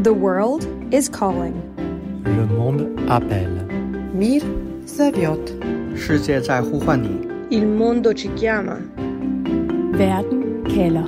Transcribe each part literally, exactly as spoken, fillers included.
The world is calling. Le monde appelle. Мир зовет. 世界在呼唤你。 Il mondo ci chiama. Verden kalder.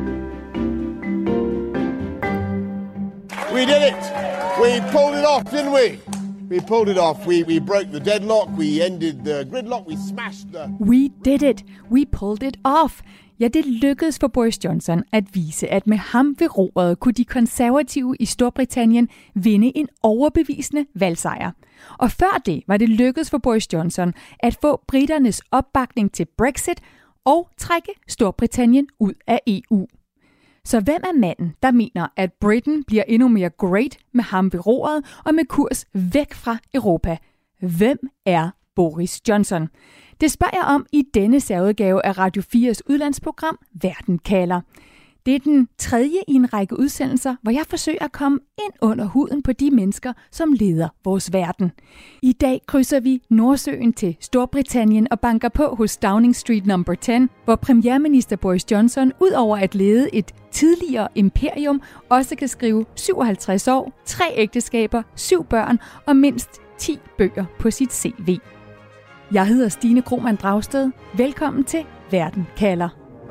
We did it! We pulled it off, didn't we? We pulled it off. We we broke the deadlock. We ended the gridlock. We smashed the... We did it. We pulled it off. Ja, det lykkedes for Boris Johnson at vise, at med ham ved roret kunne de konservative i Storbritannien vinde en overbevisende valgsejr. Og før det var det lykkedes for Boris Johnson at få briternes opbakning til Brexit og trække Storbritannien ud af E U. Så hvem er manden, der mener, at Britain bliver endnu mere great med ham ved roret og med kurs væk fra Europa? Hvem er Boris Johnson? Det spørger jeg om i denne særudgave af Radio fires udlandsprogram Verden kalder. Det er den tredje i en række udsendelser, hvor jeg forsøger at komme ind under huden på de mennesker, som leder vores verden. I dag krydser vi Nordsøen til Storbritannien og banker på hos Downing Street number ti, hvor premierminister Boris Johnson, ud over at lede et tidligere imperium, også kan skrive syvoghalvtreds år, tre ægteskaber, syv børn og mindst ti bøger på sit C V. Jeg hedder Stine Krohmann Dragsted. Velkommen til Verden kalder.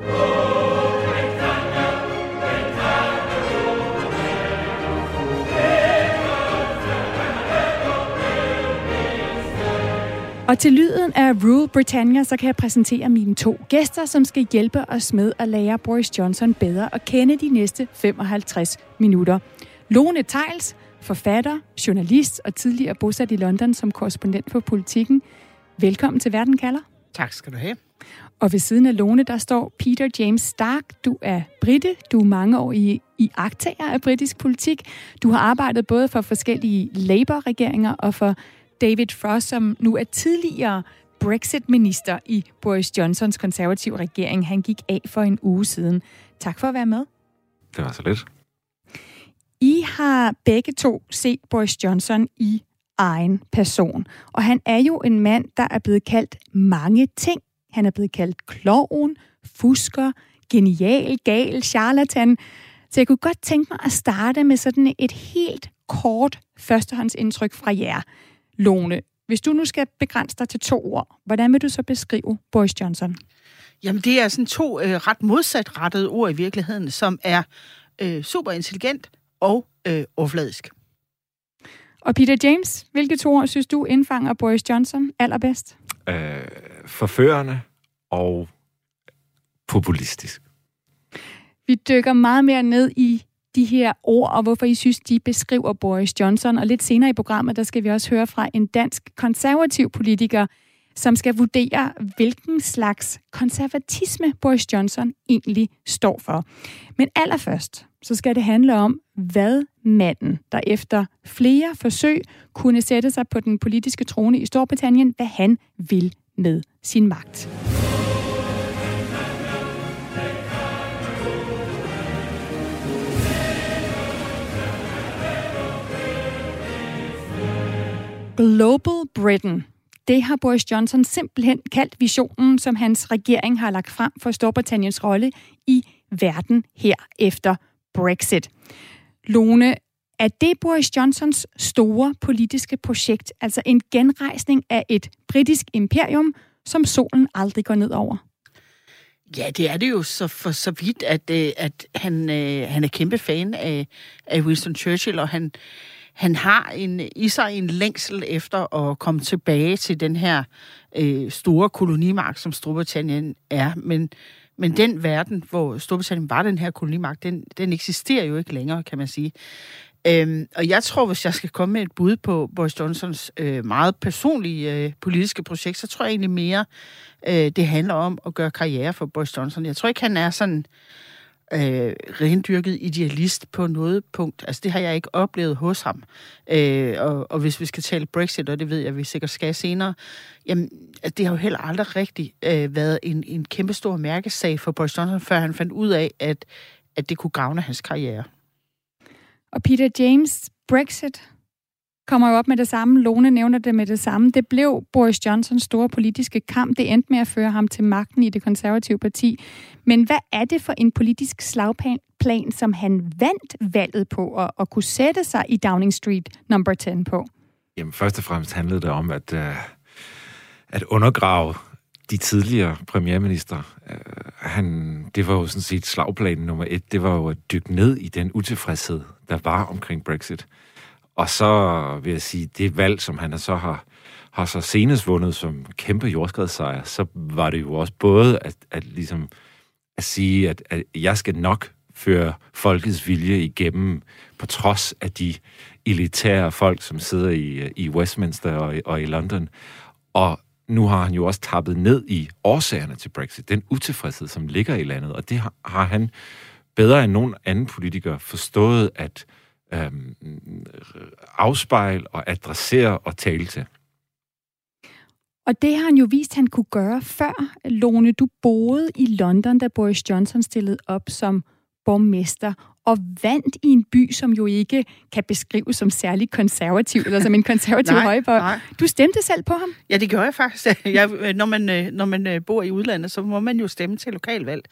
Og til lyden af Rule Britannia, så kan jeg præsentere mine to gæster, som skal hjælpe os med at lære Boris Johnson bedre at kende de næste femoghalvtreds minutter. Lone Theils, forfatter, journalist og tidligere bosat i London som korrespondent for Politiken. Velkommen til Verden kalder. Tak skal du have. Og ved siden af Lone, der står Peter James Stark. Du er brite. Du er mange år i, i iagttager af britisk politik. Du har arbejdet både for forskellige Labour-regeringer og for David Frost, som nu er tidligere Brexit-minister i Boris Johnsons konservative regering. Han gik af for en uge siden. Tak for at være med. Det var så lidt. I har begge to set Boris Johnson i egen person. Og han er jo en mand, der er blevet kaldt mange ting. Han er blevet kaldt klovn, fusker, genial, gal, charlatan. Så jeg kunne godt tænke mig at starte med sådan et helt kort førstehåndsindtryk fra jer. Lone, hvis du nu skal begrænse dig til to ord, hvordan vil du så beskrive Boris Johnson? Jamen, det er sådan to øh, ret modsatrettede ord i virkeligheden, som er øh, super intelligent og øh, overfladisk. Og Peter James, hvilke to ord synes du indfanger Boris Johnson allerbedst? Øh, forførende og populistisk. Vi dykker meget mere ned i de her ord, og hvorfor I synes, de beskriver Boris Johnson. Og lidt senere i programmet, der skal vi også høre fra en dansk konservativ politiker, som skal vurdere, hvilken slags konservatisme Boris Johnson egentlig står for. Men allerførst, så skal det handle om, hvad manden, der efter flere forsøg kunne sætte sig på den politiske trone i Storbritannien, hvad han vil med sin magt. Global Britain. Det har Boris Johnson simpelthen kaldt visionen, som hans regering har lagt frem for Storbritanniens rolle i verden her efter Brexit. Lone, er det Boris Johnsons store politiske projekt, altså en genrejsning af et britisk imperium, som solen aldrig går ned over? Ja, det er det jo så for så vidt, at, at han, han er kæmpe fan af, af Winston Churchill, og han Han har en, i sig en længsel efter at komme tilbage til den her øh, store kolonimagt, som Storbritannien er. Men, men den verden, hvor Storbritannien var den her kolonimagt, den, den eksisterer jo ikke længere, kan man sige. Øhm, og jeg tror, hvis jeg skal komme med et bud på Boris Johnsons øh, meget personlige øh, politiske projekt, så tror jeg egentlig mere, øh, det handler om at gøre karriere for Boris Johnson. Jeg tror ikke, han er sådan Øh, rendyrket idealist på noget punkt. Altså, det har jeg ikke oplevet hos ham. Øh, og, og hvis vi skal tale Brexit, og det ved jeg, at vi sikkert skal senere, jamen, altså, det har jo heller aldrig rigtig øh, været en, en kæmpestor mærkesag for Boris Johnson, før han fandt ud af, at, at det kunne gavne hans karriere. Og Peter James, Brexit kommer jo op med det samme. Lone nævner det med det samme. Det blev Boris Johnsons store politiske kamp. Det endte med at føre ham til magten i det konservative parti. Men hvad er det for en politisk slagplan, plan, som han vandt valget på og, og kunne sætte sig i Downing Street number ti på? Jamen, først og fremmest handlede det om at, uh, at undergrave de tidligere premierminister. Uh, han, det var jo sådan set slagplanen nummer et. Det var jo at dykke ned i den utilfredshed, der var omkring Brexit. Og så vil jeg sige, det valg, som han så har, har så senest vundet som kæmpe jordskredssejr, så var det jo også både at, at, ligesom, at sige, at, at jeg skal nok føre folkets vilje igennem, på trods af de elitære folk, som sidder i, i Westminster og, og i London. Og nu har han jo også tappet ned i årsagerne til Brexit, den utilfredshed, som ligger i landet, og det har, har han bedre end nogen anden politiker forstået at øhm, afspejle og adressere og tale til. Og det har han jo vist, at han kunne gøre før. Lone, du boede i London, da Boris Johnson stillede op som borgmester og vandt i en by, som jo ikke kan beskrives som særlig konservativ, eller som en konservativ højborg. Du stemte selv på ham? Ja, det gjorde jeg faktisk. Jeg, når, man, når man bor i udlandet, så må man jo stemme til lokalvalg.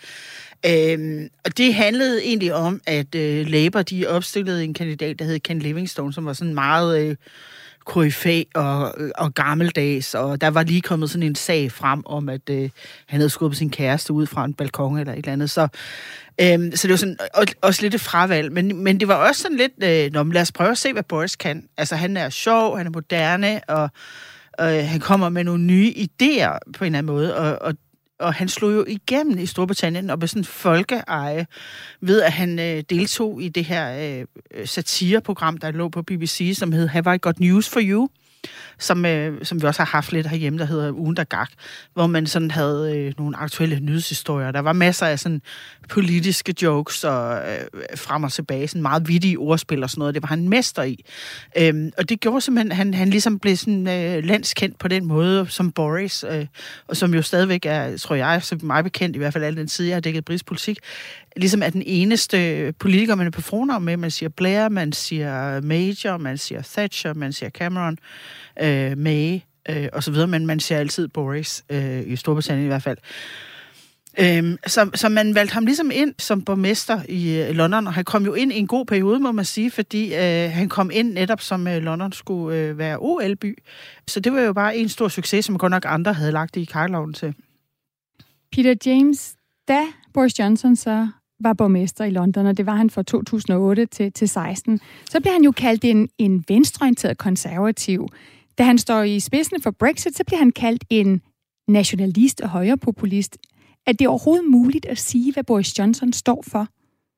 Øhm, og det handlede egentlig om, at øh, Labour, de opstillede en kandidat, der hed Ken Livingstone, som var sådan meget øh, koryfæ og, og gammeldags, og der var lige kommet sådan en sag frem om, at øh, han havde skubbet sin kæreste ud fra en balkon eller et eller andet, så Øhm, så det var sådan også lidt et fravalg, men, men det var også sådan lidt, øh, nå, lad os prøve at se, hvad Boris kan. Altså, han er sjov, han er moderne, og, og han kommer med nogle nye idéer på en eller anden måde, og, og, og han slog jo igennem i Storbritannien og blev sådan folkeeje ved, at han øh, deltog i det her øh, satireprogram, der lå på B B C, som hed Have I Got News for You? Som, øh, som vi også har haft lidt herhjemme, der hedder Ugen, der gak, hvor man sådan havde øh, nogle aktuelle nyhedshistorier. Der var masser af sådan politiske jokes og øh, frem og tilbage, sådan meget vittige ordspil og sådan noget. Det var han mester i. Øhm, og det gjorde simpelthen, han, han ligesom blev sådan øh, landskendt på den måde, som Boris, øh, og som jo stadigvæk er, tror jeg, så meget bekendt, i hvert fald al den tid, jeg har dækket britisk politik, ligesom er den eneste politiker, man er på fornavn med. Man siger Blair, man siger Major, man siger Thatcher, man siger Cameron, øh, May, øh, og så videre, men man siger altid Boris, øh, i Storbritannien i hvert fald. Øhm, så, så man valgte ham ligesom ind som borgmester i øh, London, og han kom jo ind i en god periode, må man sige, fordi øh, han kom ind netop som øh, London skulle øh, være O L-by. Så det var jo bare en stor succes, som godt nok andre havde lagt i kakkelovnen til. Peter James, da Boris Johnson så var borgmester i London, og det var han fra to tusind og otte til, til seksten, så blev han jo kaldt en, en venstreorienteret konservativ. Da han står i spidsen for Brexit, så bliver han kaldt en nationalist og højrepopulist. Er det overhovedet muligt at sige, hvad Boris Johnson står for?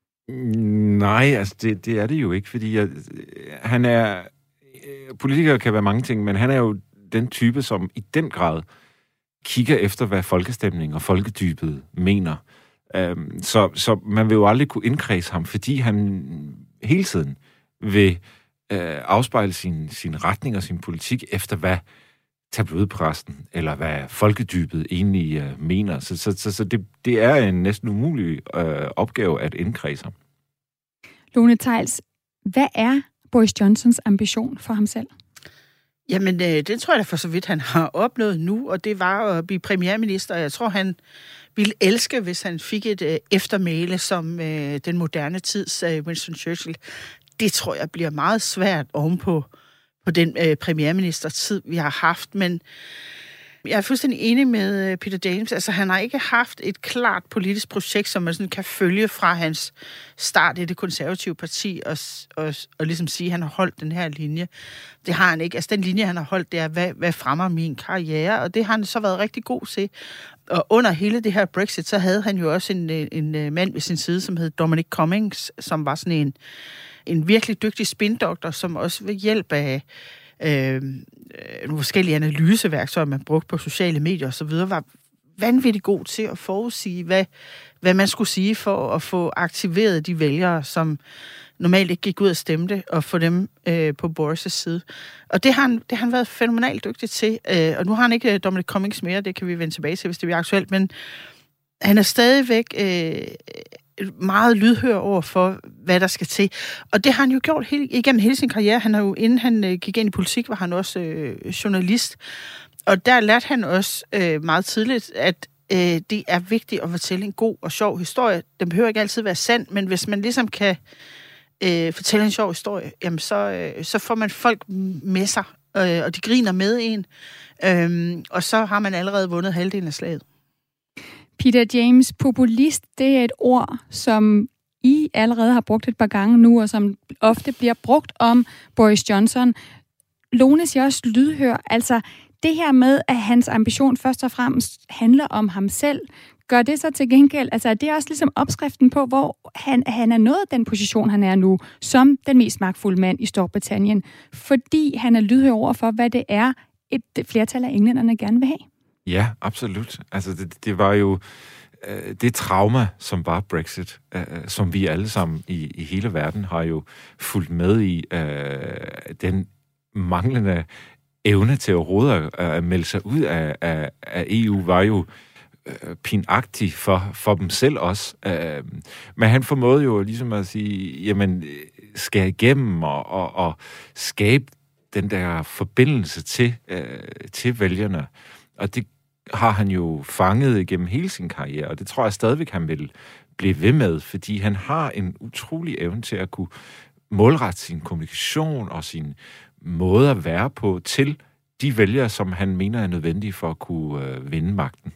Nej, altså det, det er det jo ikke, fordi jeg, han er... Politikere kan være mange ting, men han er jo den type, som i den grad kigger efter, hvad folkestemning og folkedybet mener. Um, så, så man vil jo aldrig kunne indkredse ham, fordi han hele tiden vil uh, afspejle sin, sin retning og sin politik efter, hvad tabloidpressen eller hvad folkedybet egentlig uh, mener. Så, så, så, så det, det er en næsten umulig uh, opgave at indkredse ham. Lone Theils, hvad er Boris Johnsons ambition for ham selv? Jamen, øh, det tror jeg da for så vidt, han har opnået nu, og det var at blive premierminister. Jeg tror, han ville elske, hvis han fik et øh, eftermæle som øh, den moderne tids øh, Winston Churchill. Det tror jeg bliver meget svært ovenpå på den øh, premierministertid, vi har haft, men jeg er fuldstændig enig med Peter James. Altså, han har ikke haft et klart politisk projekt, som man sådan kan følge fra hans start i det konservative parti, og, og, og ligesom sige, at han har holdt den her linje. Det har han ikke. Altså, den linje, han har holdt, det er, hvad, hvad fremmer min karriere? Og det har han så været rigtig god til. Og under hele det her Brexit, så havde han jo også en, en, en mand ved sin side, som hed Dominic Cummings, som var sådan en, en virkelig dygtig spindoktor, som også ved hjælp af Øh, nogle forskellige analyseværktøjer, man brugte på sociale medier og så videre, var vanvittigt god til at forudsige, hvad, hvad man skulle sige for at få aktiveret de vælgere, som normalt ikke gik ud og stemte, og få dem øh, på Boris' side. Og det har han, det har han været fænomenalt dygtig til. Øh, og nu har han ikke Dominic Cummings mere, det kan vi vende tilbage til, hvis det bliver aktuelt, men han er stadigvæk øh, meget lydhør over for, hvad der skal til. Og det har han jo gjort hele, igennem hele sin karriere. Han har jo, inden han øh, gik ind i politik, var han også øh, journalist. Og der lærte han også øh, meget tidligt, at øh, det er vigtigt at fortælle en god og sjov historie. Den behøver ikke altid være sand, men hvis man ligesom kan øh, fortælle en sjov historie, jamen så, øh, så får man folk med sig, øh, og de griner med en, øh, og så har man allerede vundet halvdelen af slaget. Peter James, populist, det er et ord, som I allerede har brugt et par gange nu, og som ofte bliver brugt om Boris Johnson. Lone siger også lydhør, altså det her med, at hans ambition først og fremmest handler om ham selv, gør det så til gengæld, altså er det også ligesom opskriften på, hvor han, han er nået den position, han er nu, som den mest magtfulde mand i Storbritannien, fordi han er lydhør over for, hvad det er, et flertal af englænderne gerne vil have. Ja, absolut. Altså det, det var jo øh, det trauma, som var Brexit, øh, som vi alle sammen i, i hele verden har jo fulgt med i, øh, den manglende evne til overhovedet at, at melde sig ud af, af, af E U, var jo øh, pinagtig for, for dem selv også. Øh, men han formåede jo ligesom at sige, jamen, skære igennem og, og, og skabe den der forbindelse til, øh, til vælgerne. Og det har han jo fanget igennem hele sin karriere, og det tror jeg stadigvæk, han vil blive ved med, fordi han har en utrolig evne til at kunne målrette sin kommunikation og sin måde at være på til de vælgere, som han mener er nødvendige for at kunne øh, vinde magten.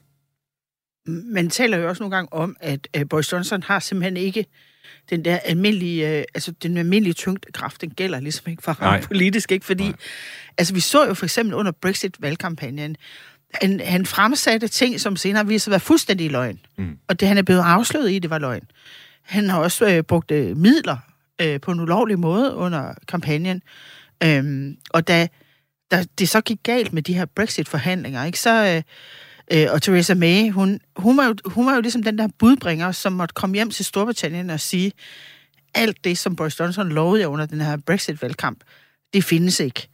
Man taler jo også nogle gange om, at øh, Boris Johnson har simpelthen ikke den der almindelige, øh, altså den almindelige tyngdekraft, den gælder ligesom ikke for ham politisk, ikke? Fordi, Nej. altså vi så jo for eksempel under Brexit-valgkampagnen, han, han fremsatte ting, som senere viste sig at være fuldstændig løgn. Mm. Og det, han er blevet afsløret i, det var løgn. Han har også øh, brugt øh, midler øh, på en ulovlig måde under kampagnen. Øhm, og da, da det så gik galt med de her Brexit-forhandlinger, ikke, så... Øh, øh, og Theresa May, hun, hun, var jo, hun var jo ligesom den der budbringer, som måtte komme hjem til Storbritannien og sige, alt det, som Boris Johnson lovede under den her Brexit-valgkamp, det findes ikke.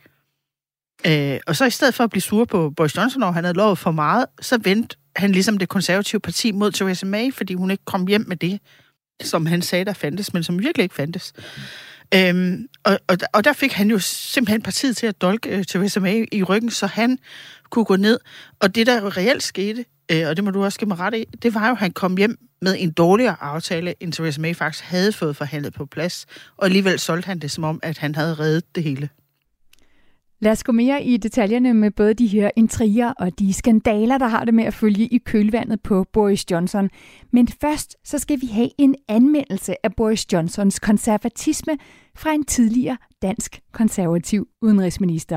Øh, og så i stedet for at blive sur på Boris Johnson, og han havde lovet for meget, så vendte han ligesom det konservative parti mod Theresa May, fordi hun ikke kom hjem med det, som han sagde, der fandtes, men som virkelig ikke fandtes. Øhm, og, og, og der fik han jo simpelthen partiet til at dolke uh, Theresa May i ryggen, så han kunne gå ned. Og det, der reelt skete, øh, og det må du også give mig ret i, det var jo, at han kom hjem med en dårligere aftale, end Theresa May faktisk havde fået forhandlet på plads. Og alligevel solgte han det som om, at han havde reddet det hele. Lad os gå mere i detaljerne med både de her intriger og de skandaler, der har det med at følge i kølvandet på Boris Johnson. Men først så skal vi have en anmeldelse af Boris Johnsons konservatisme fra en tidligere dansk konservativ udenrigsminister.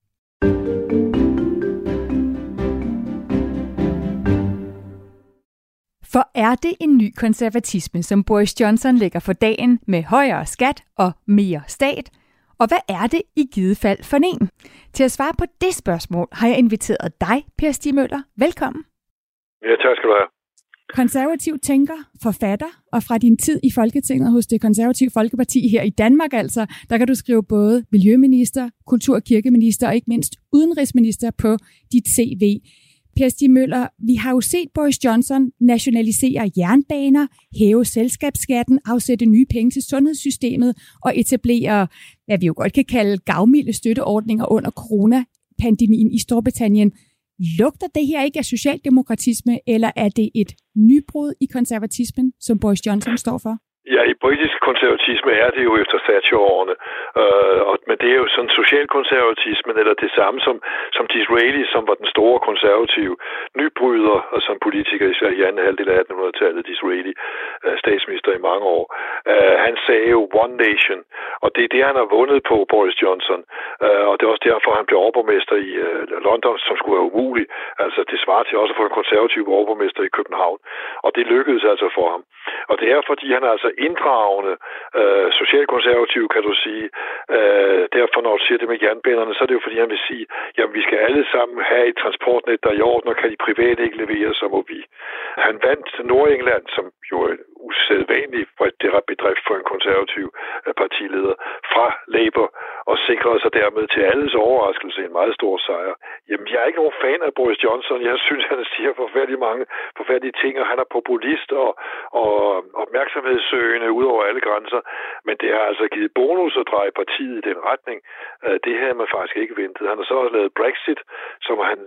For er det en ny konservatisme, som Boris Johnson lægger for dagen med højere skat og mere stat? Og hvad er det i givet fald for en? Til at svare på det spørgsmål har jeg inviteret dig, Per Stig Møller. Velkommen. Ja, tak skal du have. Konservativ tænker, forfatter, og fra din tid i Folketinget hos Det Konservative Folkeparti her i Danmark altså, der kan du skrive både miljøminister, kultur- og kirkeminister og ikke mindst udenrigsminister på dit C V. Per Stig Møller, vi har jo set Boris Johnson nationalisere jernbaner, hæve selskabsskatten, afsætte nye penge til sundhedssystemet og etablere, hvad vi jo godt kan kalde gavmilde støtteordninger under coronapandemien i Storbritannien. Lugter det her ikke af socialdemokratisme, eller er det et nybrud i konservatismen, som Boris Johnson står for? Ja, i britisk konservatisme er det jo efter Thatcher-årene, øh, og, men det er jo sådan socialkonservatismen, eller det samme som, som Disraeli, som var den store konservative nybryder, og som politiker især i anden halvdel af attenhundredetallet, Disraeli, øh, statsminister i mange år. Øh, han sagde jo One Nation, og det er det, han har vundet på, Boris Johnson, øh, og det er også derfor, han blev overborgmester i øh, London, som skulle være umuligt. Altså, det svarer til også at få en konservativ overborgmester i København, og det lykkedes altså for ham. Og det er, fordi han er altså inddragende, øh, socialkonservativ, kan du sige. Øh, derfor, når du siger det med jernbanerne, så er det jo, fordi han vil sige, jamen, vi skal alle sammen have et transportnet, der er i orden, og kan de private ikke levere, så må vi. Han vandt Nordengland, som jo er usædvanligt bedrift for en konservativ partileder, fra Labour, og sikrede sig dermed til alles overraskelse en meget stor sejr. Jamen, jeg er ikke nogen fan af Boris Johnson. Jeg synes, han siger forfærdeligt mange forfærdelige ting, og han er populist og, og opmærksomhedssøgende ud over alle grænser. Men det har altså givet bonus at dreje partiet i den retning. Det havde man faktisk ikke ventet. Han har så også lavet Brexit, som han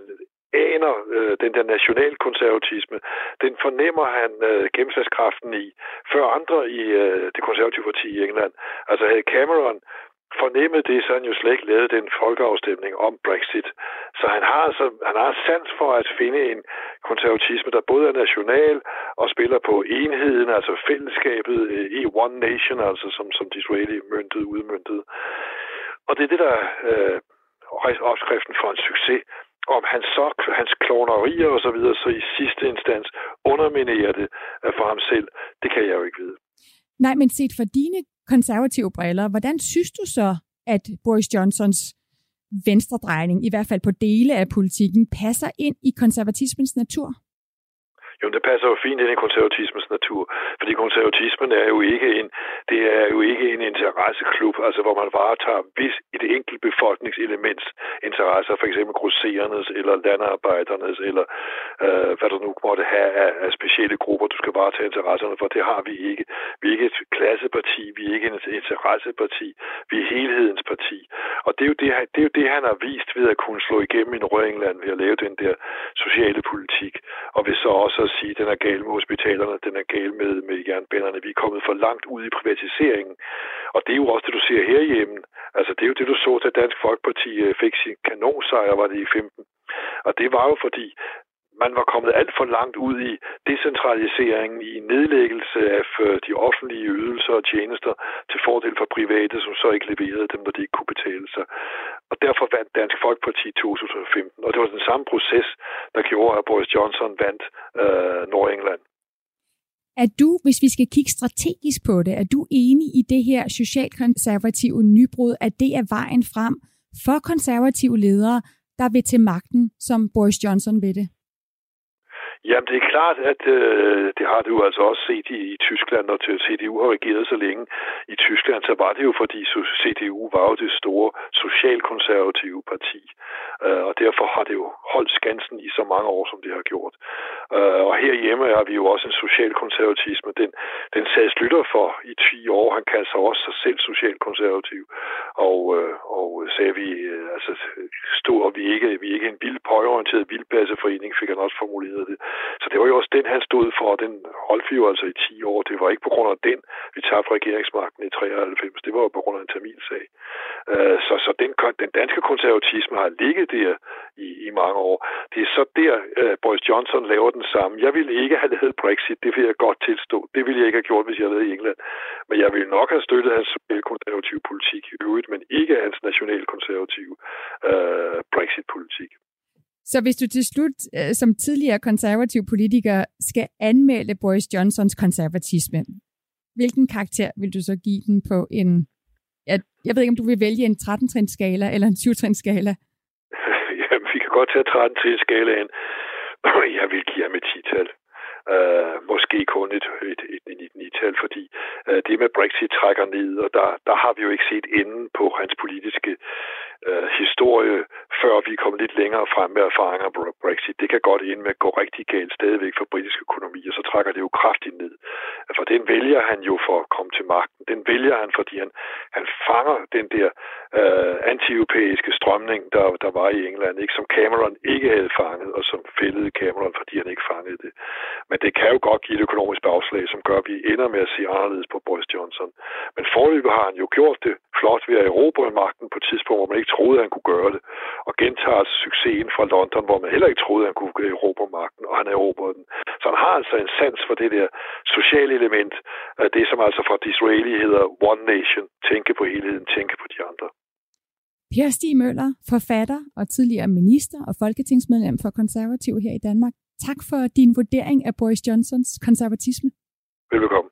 aner øh, den der nationalkonservatisme. Den fornemmer han øh, gennemslagskraften i, før andre i øh, det konservative parti i England. Altså havde Cameron fornemmet det, så han jo slet ikke lavet den folkeafstemning om Brexit. Så han har altså han har sans for at finde en konservatisme, der både er national og spiller på enheden, altså fællesskabet i One Nation, altså som, som Disraeli møntede, udmøntede. Og det er det, der øh, opskriften for en succes. Om hans så, hans klonerier og så videre, så i sidste instans underminerer det for ham selv, det kan jeg jo ikke vide. Nej, men set fra dine konservative briller, hvordan synes du så, at Boris Johnsons venstredrejning, i hvert fald på dele af politikken, passer ind i konservatismens natur? Jo, det passer jo fint ind i konservatismens natur, fordi konservatismen er jo ikke en, det er jo ikke en interesseklub, altså hvor man varetager vis i det enkelte befolkningselements interesser, for eksempel grosserernes eller landarbejdernes, eller øh, hvad du nu måtte have af, af specielle grupper, du skal varetage interesserne for. Det har vi ikke. Vi er ikke et klasseparti, vi er ikke et interesseparti, vi er helhedens parti. Og det er jo det, det, er jo det han har vist ved at kunne slå igennem i Nordengland ved at lave den der sociale politik, og ved så også at sige, at den er gal med hospitalerne, den er gal med, med jernbanerne. Vi er kommet for langt ud i privatiseringen. Og det er jo også det, du ser herhjemme. Altså, det er jo det, du så, da Dansk Folkeparti fik sin kanonsejr, var det i femten. Og det var jo fordi, man var kommet alt for langt ud i decentraliseringen, i nedlæggelse af de offentlige ydelser og tjenester til fordel for private, som så ikke leverede dem, når de ikke kunne betale sig. Og derfor vandt Dansk Folkeparti i to tusind og femten. Og det var den samme proces, der gjorde, at Boris Johnson vandt øh, Nordengland. Er du, hvis vi skal kigge strategisk på det, er du enig i det her socialkonservative nybrud, at det er vejen frem for konservative ledere, der vil til magten, som Boris Johnson vil det? Jamen, det er klart, at øh, det har du altså også set i, i Tyskland, og til C D U har regeret så længe i Tyskland, så var det jo fordi C D U var jo det store socialkonservative parti, øh, og derfor har det jo holdt skansen i så mange år, som det har gjort. Øh, og herhjemme har vi jo også en socialkonservatisme, den, den sad Slytter for i ti år, han kaldte sig også sig selv socialkonservativ, og, øh, og sagde vi, øh, altså stod, og vi ikke, vi er ikke en vild, højreorienteret vildbasseforening, fik han også formuleret det. Så det var jo også den, han stod for, og den holdt vi jo altså i ti år. Det var ikke på grund af den, vi tabte regeringsmagten i treoghalvfems. Det var jo på grund af en tamilsag. Så, så den, den danske konservatisme har ligget der i, i mange år. Det er så der, Boris Johnson laver den samme. Jeg ville ikke have lavet Brexit, det vil jeg godt tilstå. Det ville jeg ikke have gjort, hvis jeg havde været i England. Men jeg ville nok have støttet hans konservative politik i øvrigt, men ikke hans nationalkonservative uh, Brexit-politik. Så hvis du til slut som tidligere konservativ politiker skal anmelde Boris Johnsons konservatisme, hvilken karakter vil du så give den på en... Jeg, jeg ved ikke, om du vil vælge en tretten-trins-skala eller en syv-trins-skala? Jamen, vi kan godt tage tretten-trins-skalaen. Jeg vil give ham et ti-tal. Uh, måske kun et, et, et, et, et ni-tal, fordi uh, det med Brexit trækker ned, og der, der har vi jo ikke set enden på hans politiske uh, historie, før vi kommer lidt længere frem med erfaringer på Brexit. Det kan godt ende med at gå rigtig galt stadigvæk for britisk økonomi, og så trækker det jo kraftigt ned. For den vælger han jo for at komme til magten. Den vælger han, fordi han, han fanger den der uh, anti-europæiske strømning, der, der var i England, ikke, som Cameron ikke havde fanget, og som fældede Cameron, fordi han ikke fangede det. Men det kan jo godt give et økonomisk bagslag, som gør, at vi ender med at se anderledes på Boris Johnson. Men foreløbig har han jo gjort det flot ved at erobre magten på et tidspunkt, hvor man ikke troede, at han kunne gøre det. Og gentager succesen fra London, hvor man heller ikke troede, at han kunne erobre magten, og han erobrede den. Så han har altså en sans for det der sociale element, det som altså fra Disraeli hedder One Nation, tænke på helheden, tænke på de andre. Per Stig Møller, forfatter og tidligere minister og folketingsmedlem for Konservativ her i Danmark. Tak for din vurdering af Boris Johnsons konservatisme. Velbekomme.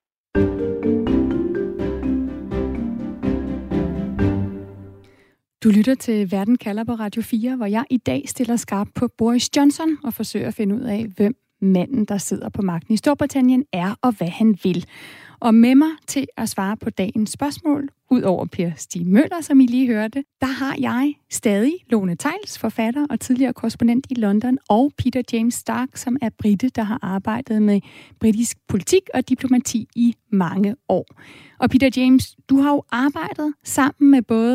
Du lytter til Verden kalder på Radio fire, hvor jeg i dag stiller skarp på Boris Johnson og forsøger at finde ud af, hvem manden, der sidder på magten i Storbritannien, er og hvad han vil. Og med mig til at svare på dagens spørgsmål, ud over Per Stig Møller, som I lige hørte, der har jeg stadig Lone Theils, forfatter og tidligere korrespondent i London, og Peter James Stark, som er brite, der har arbejdet med britisk politik og diplomati i mange år. Og Peter James, du har jo arbejdet sammen med både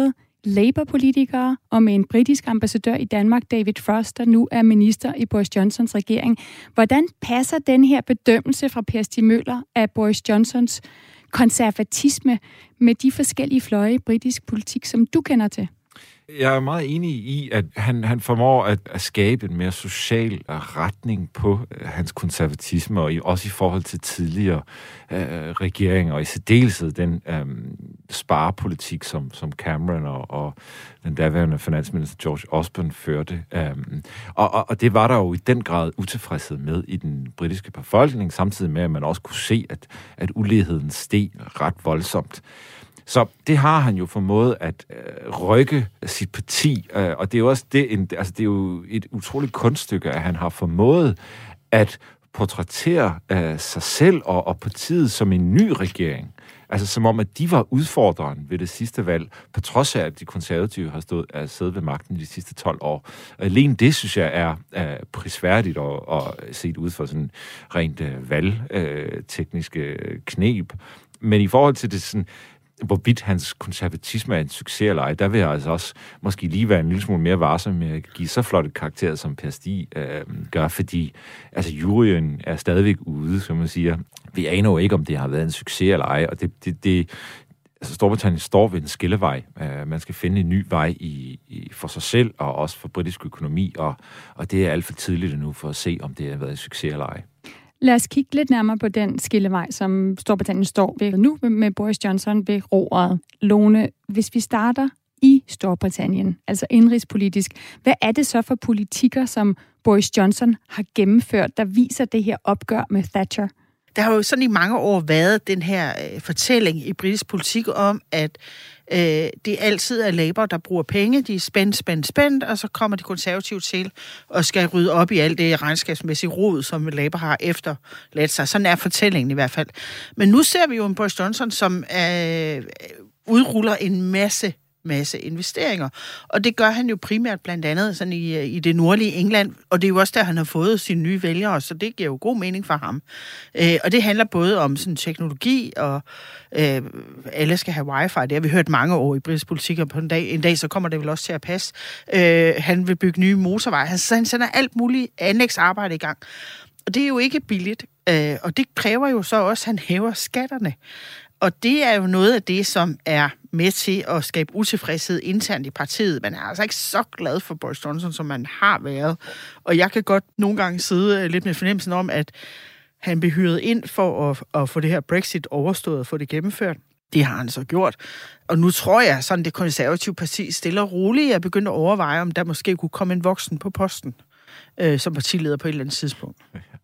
Labour-politikere og med en britisk ambassadør i Danmark, David Frost, der nu er minister i Boris Johnsons regering. Hvordan passer den her bedømmelse fra Per Stig Møller af Boris Johnsons konservatisme med de forskellige fløje i britisk politik, som du kender til? Jeg er meget enig i, at han, han formår at, at skabe en mere social retning på uh, hans konservatisme, og i, også i forhold til tidligere uh, regeringer, og i særdeleshed den um, sparepolitik, som, som Cameron og, og den daværende finansminister George Osborne førte. Um, og, og, og det var der jo i den grad utilfredshed med i den britiske befolkning, samtidig med, at man også kunne se, at, at uligheden steg ret voldsomt. Så det har han jo formået at øh, rykke sit parti, øh, og det er jo også det, en, altså det er jo et utroligt kunststykke, at han har formået at portrættere øh, sig selv og, og partiet som en ny regering. Altså som om, at de var udfordreren ved det sidste valg, på trods af, at de konservative har stået at sidde ved magten de sidste tolv år. Og alene det, synes jeg, er, er prisværdigt og, og set ud for sådan rent øh, valgtekniske øh, knep. Men i forhold til det sådan, hvorvidt hans konservatisme er en succes eller ej, der vil jeg altså også måske lige være en lille smule mere varsom med at give så flotte karakterer, som Per Stig øh, gør, fordi altså, juryen er stadigvæk ude, som man siger. Vi aner jo ikke, om det har været en succes eller ej, og det, det, det altså Storbritannien står ved en skillevej. Uh, man skal finde en ny vej i, i, for sig selv, og også for britisk økonomi, og, og det er alt for tidligt nu for at se, om det har været en succes eller ej. Lad os kigge lidt nærmere på den skillevej, som Storbritannien står ved nu med Boris Johnson ved roret. Lone, hvis vi starter i Storbritannien, altså indrigspolitisk, hvad er det så for politikker, som Boris Johnson har gennemført, der viser det her opgør med Thatcher? Der har jo sådan i mange år været den her øh, fortælling i britisk politik om, at øh, det altid er Labour, der bruger penge. De er spændt, spændt, spændt, og så kommer de konservative til og skal rydde op i alt det regnskabsmæssige rod, som Labour har efterladt sig. Sådan er fortællingen i hvert fald. Men nu ser vi jo en Boris Johnson, som øh, udruller en masse masse investeringer. Og det gør han jo primært blandt andet sådan i, i det nordlige England, og det er jo også der, han har fået sine nye vælgere, så det giver jo god mening for ham. Øh, og det handler både om sådan teknologi, og øh, alle skal have wifi. Det har vi hørt mange år i britisk politik, og på en dag, en dag så kommer det vel også til at passe. Øh, han vil bygge nye motorveje. Han, han sender alt muligt anlægsarbejde i gang. Og det er jo ikke billigt, øh, og det kræver jo så også, at han hæver skatterne. Og det er jo noget af det, som er med til at skabe utilfredshed internt i partiet. Man er altså ikke så glad for Boris Johnson, som man har været. Og jeg kan godt nogle gange sidde lidt med fornemmelsen om, at han blev hyret ind for at, at få det her Brexit overstået og få det gennemført. Det har han så gjort. Og nu tror jeg, sådan det konservative parti stille og roligt er begyndt at overveje, om der måske kunne komme en voksen på posten øh, som partileder på et eller andet tidspunkt.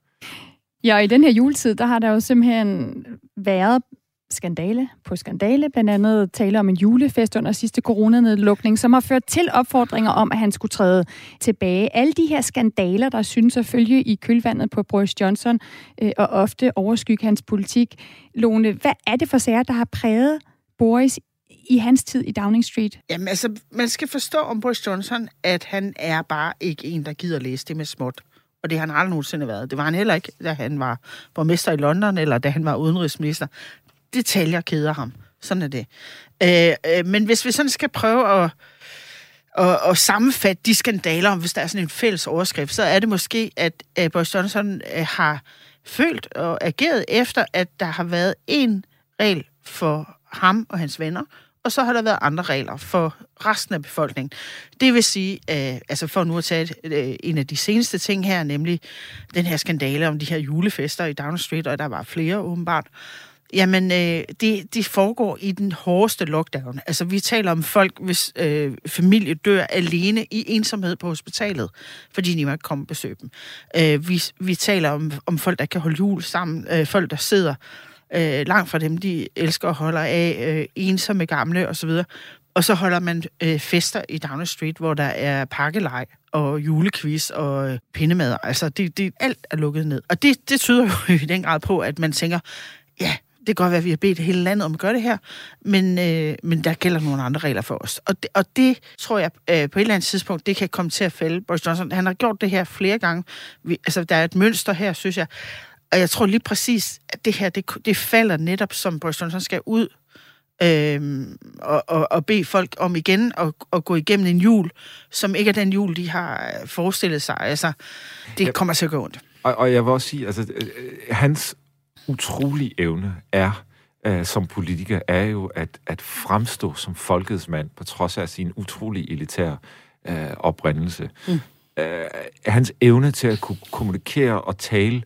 Ja, og i den her juletid, der har der jo simpelthen været skandale på skandale, blandt andet tale om en julefest under sidste coronanedlukning, som har ført til opfordringer om, at han skulle træde tilbage. Alle de her skandaler, der synes at følge i kølvandet på Boris Johnson, øh, og ofte overskygge hans politik. Lone, hvad er det for sager, der har præget Boris i hans tid i Downing Street? Jamen altså, man skal forstå om Boris Johnson, at han er bare ikke en, der gider læse det med småt. Og det har han aldrig nogensinde været. Det var han heller ikke, da han var borgmester i London, eller da han var udenrigsminister. Detaljer keder ham. Sådan er det. Øh, øh, men hvis vi sådan skal prøve at, at, at sammenfatte de skandaler, hvis der er sådan en fælles overskrift, så er det måske, at, at Boris Johnson øh, har følt og ageret efter, at der har været en regel for ham og hans venner, og så har der været andre regler for resten af befolkningen. Det vil sige, øh, altså for nu at tage et, øh, en af de seneste ting her, nemlig den her skandale om de her julefester i Downing Street, og der var flere åbenbart. Jamen, øh, det, det foregår i den hårdeste lockdown. Altså, vi taler om folk, hvis øh, familie dør alene i ensomhed på hospitalet, fordi de må ikke komme og besøge dem. Øh, vi, vi taler om, om folk, der kan holde jul sammen, øh, folk, der sidder øh, langt fra dem, de elsker og holder af, øh, ensomme gamle osv., og så holder man øh, fester i Downing Street, hvor der er pakkelej og julequiz og øh, pindemad. Altså, det, det, alt er lukket ned. Og det, det tyder jo i den grad på, at man tænker, ja, det kan godt være, at vi har bedt hele landet om at gøre det her, men, øh, men der gælder nogle andre regler for os. Og det, og det tror jeg øh, på et eller andet tidspunkt, det kan komme til at fælde. Boris Johnson, han har gjort det her flere gange. Vi, altså, der er et mønster her, synes jeg. Og jeg tror lige præcis, at det her, det, det falder netop, som Boris Johnson skal ud Øhm, og, og, og bede folk om igen at, at gå igennem en jul, som ikke er den jul, de har forestillet sig. Altså, det ja. kommer til at gå ondt. Og, og jeg vil også sige, altså, øh, hans utrolige evne er, øh, som politiker, er jo at, at fremstå som folkets mand, på trods af sin utrolige elitære øh, oprindelse. Mm. Øh, hans evne til at kunne kommunikere og tale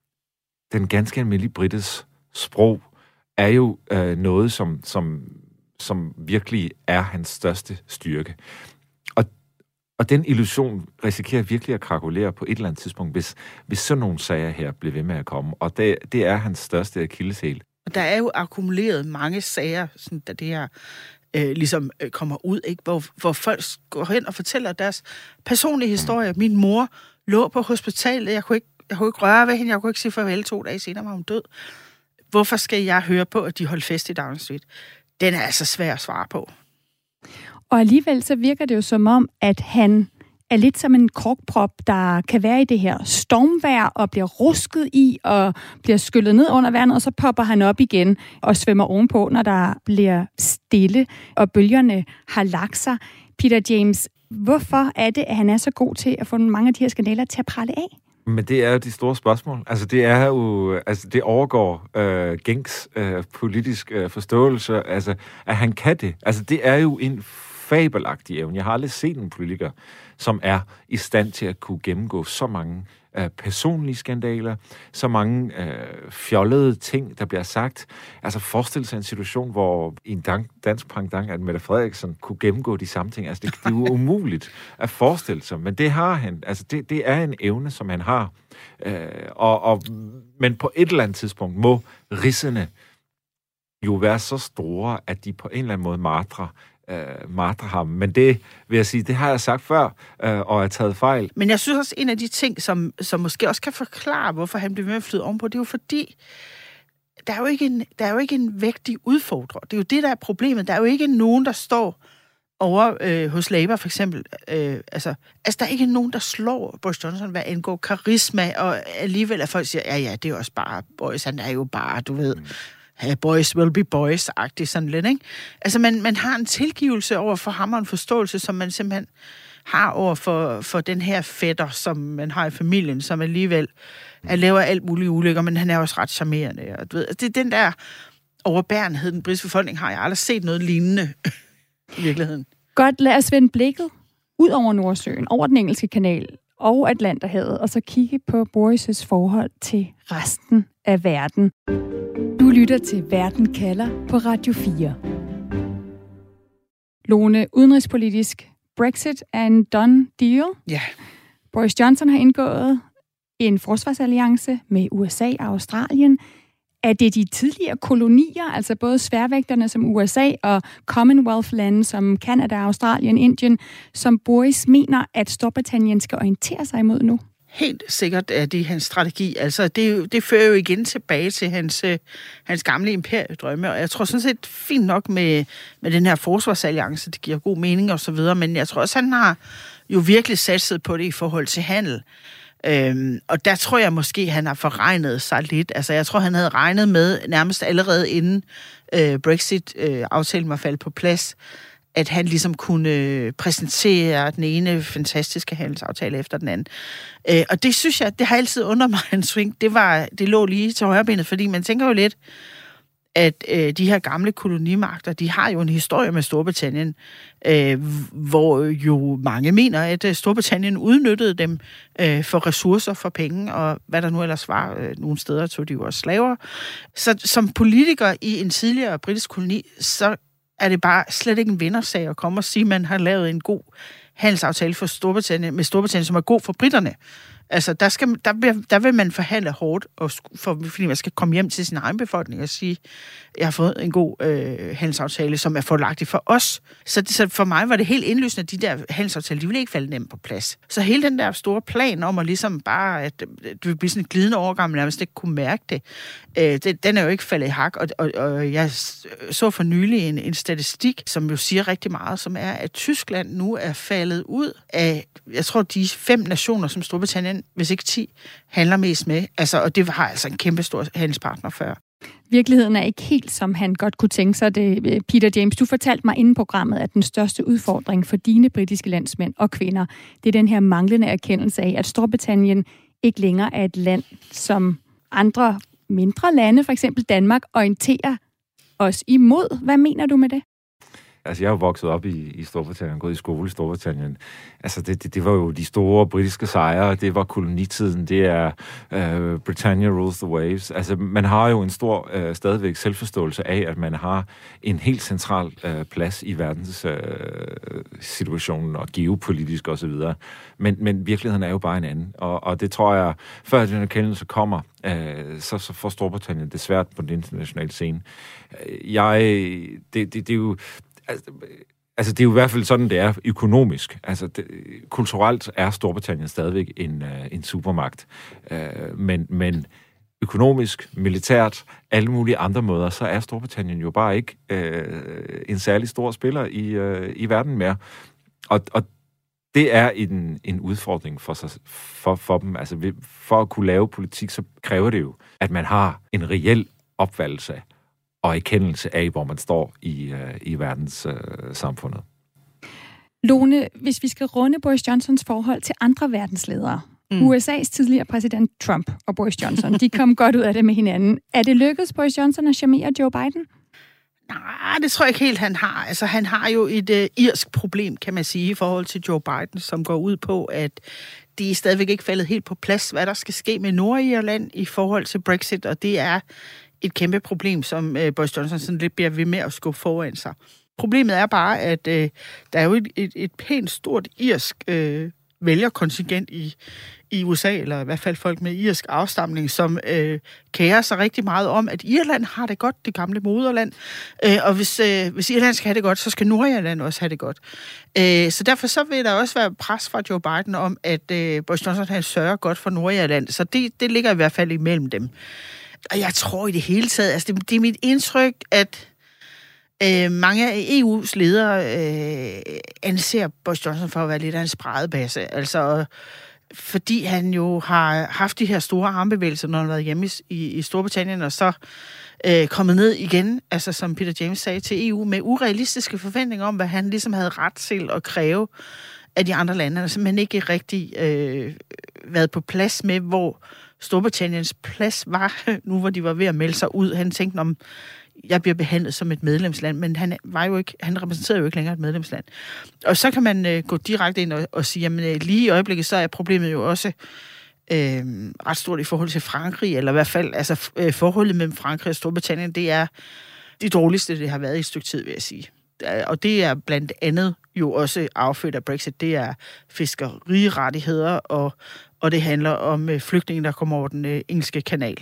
den ganske almindelige brittes sprog, er jo øh, noget, som, som, som virkelig er hans største styrke. Og, og den illusion risikerer virkelig at krakulere på et eller andet tidspunkt, hvis, hvis sådan nogle sager her bliver ved med at komme. Og det, det er hans største akilleshæl. Der er jo akkumuleret mange sager, sådan, da det her øh, ligesom øh, kommer ud, ikke? Hvor, hvor folk går hen og fortæller deres personlige historie. Min mor lå på hospitalet, jeg kunne ikke, jeg kunne ikke røre ved hende, jeg kunne ikke sige farvel, to dage senere var hun død. Hvorfor skal jeg høre på, at de holdt fest i Downing Street? Den er altså svær at svare på. Og alligevel så virker det jo som om, at han er lidt som en korkprop, der kan være i det her stormvejr og bliver rusket i og bliver skyllet ned under vandet, og så popper han op igen og svømmer ovenpå, når der bliver stille, og bølgerne har lagt sig. Peter James, hvorfor er det, at han er så god til at få mange af de her skandaler til at prale af? Men det er jo de store spørgsmål. Altså det er jo, altså det overgår øh, gængs øh, politisk øh, forståelse, altså at han kan det. Altså det er jo en fabelagtig evne. Jeg har aldrig set en politiker, som er i stand til at kunne gennemgå så mange øh, personlige skandaler, så mange øh, fjollede ting, der bliver sagt. Altså forestil sig en situation, hvor en dansk, dansk pendant, at Mette Frederiksen kunne gennemgå de samme ting. Altså det, det er jo umuligt at forestille sig, men det har han. Altså det, det er en evne, som han har. Øh, og, og, men på et eller andet tidspunkt må ridsene jo være så store, at de på en eller anden måde martrer Uh, martre ham. Men det vil jeg sige, det har jeg sagt før, uh, og er taget fejl. Men jeg synes også, en af de ting, som, som måske også kan forklare, hvorfor han bliver med at flyde ovenpå, det er jo fordi, der er jo ikke en, der er jo ikke en vægtig udfordrer. Det er jo det, der er problemet. Der er jo ikke nogen, der står over øh, hos Labour, for eksempel. Øh, altså, altså, der er ikke nogen, der slår Boris Johnson, hvad angår karisma, og alligevel at folk siger, ja, ja, det er også bare, Boris, han er jo bare, du ved, mm. Hey, boys will be boys-agtigt sådan lidt, ikke? Altså, man, man har en tilgivelse over for ham og en forståelse, som man simpelthen har over for, for den her fætter, som man har i familien, som alligevel er laver alt muligt ulykker, men han er også ret charmerende. Og, du ved, det er den der overbærenhed, den britiske befolkning har. Jeg har aldrig set noget lignende i virkeligheden. Godt, lad os vende blikket ud over Nordsøen, over den engelske kanal og Atlanterhavet, og så kigge på Boris' forhold til resten af verden. Du lytter til Verden kalder på Radio fire. Lone, udenrigspolitisk, Brexit er en done deal. Ja. Boris Johnson har indgået en forsvarsalliance med U S A og Australien. Er det de tidligere kolonier, altså både sværvægterne som U S A og Commonwealth-lande som Canada, Australien, Indien, som Boris mener, at Storbritannien skal orientere sig imod nu? Helt sikkert er det hans strategi. Altså, det, det fører jo igen tilbage til hans, hans gamle imperiedrømme, og jeg tror sådan set fint nok med, med den her forsvarsalliance, det giver god mening og så videre, men jeg tror også, han har jo virkelig satset på det i forhold til handel. Øhm, og der tror jeg måske, han har forregnet sig lidt. Altså, jeg tror, han havde regnet med nærmest allerede inden øh, Brexit-aftalen øh, var faldet på plads, at han ligesom kunne præsentere den ene fantastiske handelsaftale efter den anden. Øh, og det synes jeg, det har altid undret mig en swing. Det, var, det lå lige til højrebenet, fordi man tænker jo lidt, at øh, de her gamle kolonimagter, de har jo en historie med Storbritannien, øh, hvor jo mange mener, at øh, Storbritannien udnyttede dem øh, for ressourcer, for penge, og hvad der nu ellers var. Øh, nogle steder tog de jo også slaver. Så som politiker i en tidligere britisk koloni, så er det bare slet ikke en vindersag at komme og sige, at man har lavet en god handelsaftale for Storbritannien, med Storbritannien, som er god for britterne. Altså, der, skal, der, vil, der vil man forhandle hårdt, og for, fordi man skal komme hjem til sin egen befolkning og sige, jeg har fået en god øh, handelsaftale, som er forlagtig for os. Så, så for mig var det helt indlysende, at de der handelsaftaler, de ville ikke falde nemt på plads. Så hele den der store plan om at ligesom bare, at du vil blive sådan en glidende overgang, men nærmest ikke kunne mærke det, øh, det, den er jo ikke faldet i hak. Og, og, og jeg så for nylig en, en statistik, som jo siger rigtig meget, som er, at Tyskland nu er faldet ud af, jeg tror, de fem nationer, som Storbritannien, hvis ikke ti, handler mest med. Altså, og det har altså en kæmpe stor handelspartner før. Virkeligheden er ikke helt, som han godt kunne tænke sig det. Peter James, du fortalte mig inden programmet, at den største udfordring for dine britiske landsmænd og kvinder, det er den her manglende erkendelse af, at Storbritannien ikke længere er et land, som andre mindre lande, for eksempel Danmark, orienterer os imod. Hvad mener du med det? Altså, jeg er jo vokset op i, i Storbritannien, gået i skole i Storbritannien. Altså, det, det, det var jo de store britiske sejre, det var kolonitiden, det er uh, Britannia rules the waves. Altså, man har jo en stor uh, stadigvæk selvforståelse af, at man har en helt central uh, plads i verdens uh, situation og geopolitisk osv. Men, men virkeligheden er jo bare en anden. Og, og det tror jeg, før den erkendelse kommer, uh, så, så får Storbritannien det svært på den internationale scene. Jeg, det, det, det er jo Altså, altså, det er jo i hvert fald sådan, det er økonomisk. Altså, det, kulturelt er Storbritannien stadigvæk en, uh, en supermagt. Uh, men, men økonomisk, militært, alle mulige andre måder, så er Storbritannien jo bare ikke uh, en særlig stor spiller i, uh, i verden mere. Og, og det er en, en udfordring for, sig, for, for dem. Altså, for at kunne lave politik, så kræver det jo, at man har en reel opfattelse og erkendelse af, hvor man står i, uh, i verdens uh, samfundet. Lone, hvis vi skal runde Boris Johnsons forhold til andre verdensledere, mm. U S A's tidligere præsident Trump og Boris Johnson, de kom godt ud af det med hinanden. Er det lykkedes Boris Johnson at charmere Joe Biden? Nej, det tror jeg ikke helt, han har. Altså, han har jo et uh, irsk problem, kan man sige, i forhold til Joe Biden, som går ud på, at det er stadigvæk ikke faldet helt på plads, hvad der skal ske med Nordirland i forhold til Brexit, og det er et kæmpe problem, som øh, Boris Johnson sådan lidt bliver ved med at skubbe foran sig. Problemet er bare, at øh, der er jo et, et, et pænt stort irsk øh, vælgerkontingent i, i U S A, eller i hvert fald folk med irsk afstamning, som øh, kærer sig rigtig meget om, at Irland har det godt, det gamle moderland, øh, og hvis, øh, hvis Irland skal have det godt, så skal Nordirland også have det godt. Øh, så derfor så vil der også være pres fra Joe Biden om, at øh, Boris Johnson han sørger godt for Nordirland, så det, det ligger i hvert fald imellem dem. Og jeg tror i det hele taget, altså det, det er mit indtryk, at øh, mange af E U's ledere øh, anser Boris Johnson for at være lidt af en spredebasse. Altså, fordi han jo har haft de her store armbevægelser, når han har været hjemme i, i Storbritannien, og så øh, kommet ned igen, altså som Peter James sagde, til E U, med urealistiske forventninger om, hvad han ligesom havde ret til at kræve af de andre lande. Altså, men ikke rigtig øh, været på plads med, hvor Storbritanniens plads var, nu hvor de var ved at melde sig ud. Han tænkte, om jeg bliver behandlet som et medlemsland, men han var jo ikke, han repræsenterede jo ikke længere et medlemsland. Og så kan man øh, gå direkte ind og, og sige, jamen lige i øjeblikket, så er problemet jo også øh, ret stort i forhold til Frankrig, eller i hvert fald, altså øh, forholdet mellem Frankrig og Storbritannien, det er det dårligste, det har været i et stykke tid, vil jeg sige. Og det er blandt andet jo også affødt af Brexit. Det er fiskerirettigheder, og, og det handler om øh, flygtninge, der kommer over den øh, engelske kanal.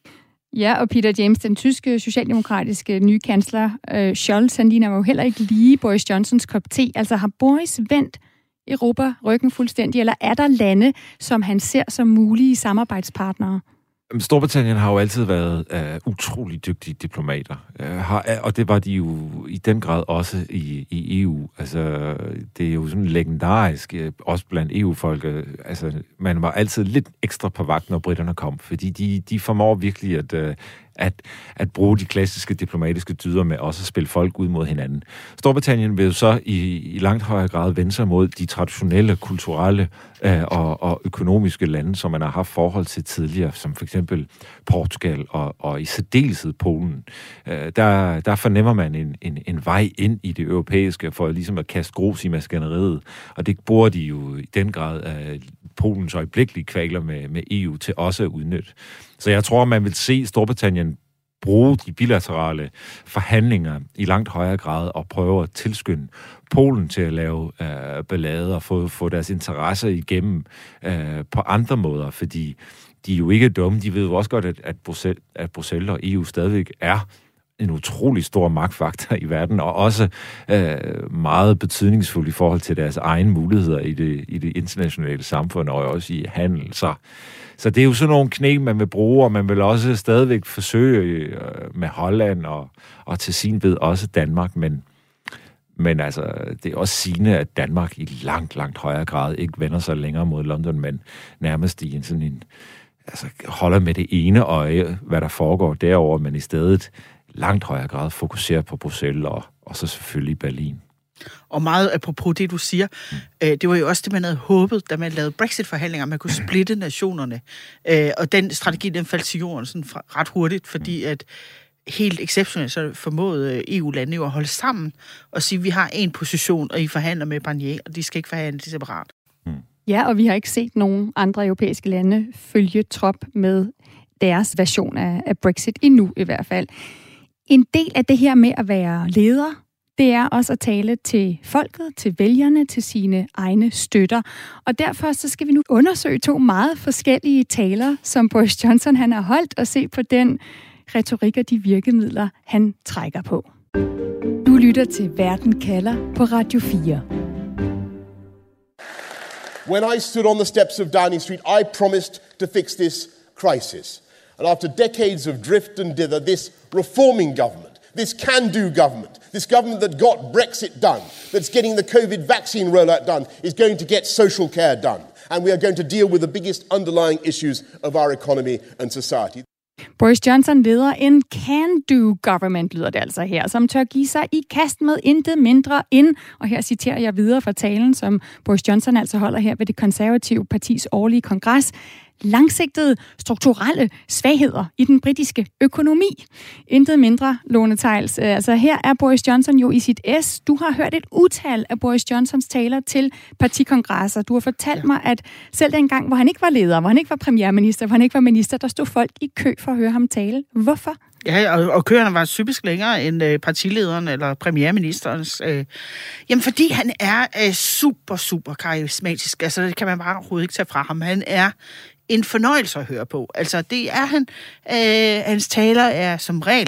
Ja, og Peter James, den tyske socialdemokratiske nye kansler, øh, Scholz, han ligner jo heller ikke lige Boris Johnsons kop te. Altså har Boris vendt Europa ryggen fuldstændig, eller er der lande, som han ser som mulige samarbejdspartnere? Storbritannien har jo altid været uh, utrolig dygtige diplomater, uh, har, og det var de jo i den grad også i, i E U. Altså, det er jo sådan legendarisk, uh, også blandt E U-folk. Uh, altså, man var altid lidt ekstra på vagt, når britterne kom, fordi de, de formår virkelig at, uh, at, at bruge de klassiske diplomatiske dyder med også at spille folk ud mod hinanden. Storbritannien vil jo så i, i langt højere grad vende sig mod de traditionelle, kulturelle uh, og, og økonomiske lande, som man har haft forhold til tidligere, som for eksempel Portugal og, og i særdeleshed Polen. Uh, der, der fornemmer man en, en, en vej ind i det europæiske for ligesom at kaste grus i maskineriet, og det bruger de jo i den grad uh, Polens øjeblikkelige kvaler med, med E U til også at udnytte. Så jeg tror, man vil se Storbritannien bruge de bilaterale forhandlinger i langt højere grad og prøve at tilskynde Polen til at lave øh, ballade og få, få deres interesser igennem øh, på andre måder, fordi de er jo ikke dumme. De ved jo også godt, at, at, Bruxelles, at Bruxelles og E U stadigvæk er en utrolig stor magtfaktor i verden, og også øh, meget betydningsfuld i forhold til deres egne muligheder i det, i det internationale samfund, og også i handel. Så, så det er jo sådan nogle knep, man vil bruge, og man vil også stadigvæk forsøge øh, med Holland, og, og til sin ved også Danmark, men, men altså, det er også sigende, at Danmark i langt, langt højere grad ikke vender sig længere mod London, men nærmest i en sådan en altså, holder med det ene øje, hvad der foregår derovre, men i stedet langt højere grad fokuserer på Bruxelles og, og så selvfølgelig Berlin. Og meget apropos det, du siger, mm. øh, det var jo også det, man havde håbet, da man lavede Brexit-forhandlinger, man kunne splitte nationerne. Øh, og den strategi, den faldt til jorden sådan fra, ret hurtigt, fordi at helt exceptionelt så formåede E U-landene jo at holde sammen og sige, at vi har en position, og I forhandler med Barnier, og de skal ikke forhandle det separat. Mm. Ja, og vi har ikke set nogen andre europæiske lande følge trop med deres version af, af Brexit endnu i hvert fald. En del af det her med at være leder, det er også at tale til folket, til vælgerne, til sine egne støtter. Og derfor så skal vi nu undersøge to meget forskellige taler, som Boris Johnson han har holdt, og se på den retorik og de virkemidler, han trækker på. Du lytter til Verden kalder på Radio fire. When I stood on the steps of Downing Street, I promised to fix this crisis. And after decades of drift and dither, this reforming government, this can-do government, this government that got Brexit done, that's getting the COVID vaccine rollout done, is going to get social care done. And we are going to deal with the biggest underlying issues of our economy and society. Boris Johnson leder en can-do government, lyder det altså her, som tør give sig i kast med intet mindre end, og her citerer jeg videre fra talen, som Boris Johnson altså holder her ved det konservative partis årlige kongres, langsigtede strukturelle svagheder i den britiske økonomi. Intet mindre, Lone Theils. Altså her er Boris Johnson jo i sit S. Du har hørt et utal af Boris Johnsons taler til partikongresser. Du har fortalt ja. mig, at selv dengang, hvor han ikke var leder, hvor han ikke var premierminister, hvor han ikke var minister, der stod folk i kø for at høre ham tale. Hvorfor? Ja, og, og køerne var typisk længere end øh, partilederen eller premierministerens. Øh. Jamen, fordi han er øh, super, super karismatisk. Altså, det kan man bare overhovedet ikke tage fra ham. Han er en fornøjelse at høre på. Altså, det er han. Øh, hans taler er som regel,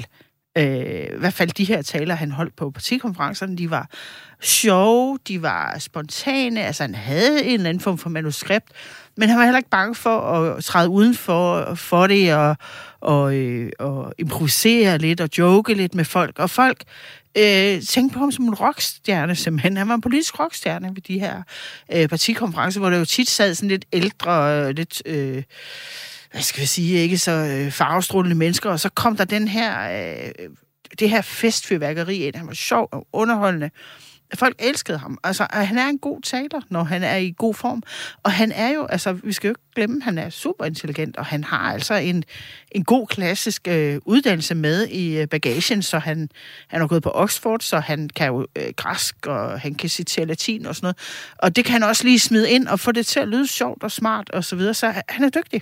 øh, i hvert fald de her taler, han holdt på partikonferencerne, de var sjove, de var spontane, altså han havde en eller anden form for manuskript, men han var heller ikke bange for at træde uden for, for det og, og, øh, og improvisere lidt og joke lidt med folk. Og folk øh, tænkte på ham som en rockstjerne, simpelthen. Han var en politisk rockstjerne ved de her øh, partikonferencer, hvor der jo tit sad sådan lidt ældre, øh, lidt, øh, hvad skal vi sige, ikke så øh, farvestrålende mennesker, og så kom der den her, øh, det her festfyrværkeri ind. Han var sjov og underholdende. Folk elskede ham. Altså, han er en god taler, når han er i god form. Og han er jo, altså, vi skal jo ikke glemme, han er super intelligent, og han har altså en, en god klassisk øh, uddannelse med i øh, bagagen, så han, han har gået på Oxford, så han kan jo øh, græsk, og han kan citere latin og sådan noget. Og det kan han også lige smide ind og få det til at lyde sjovt og smart og så videre, så han er dygtig.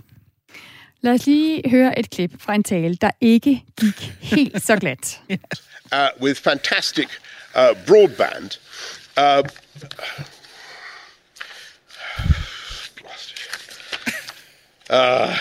Lad os lige høre et klip fra en tale, der ikke gik helt så glat. uh, with fantastic Uh, broadband. Uh, uh,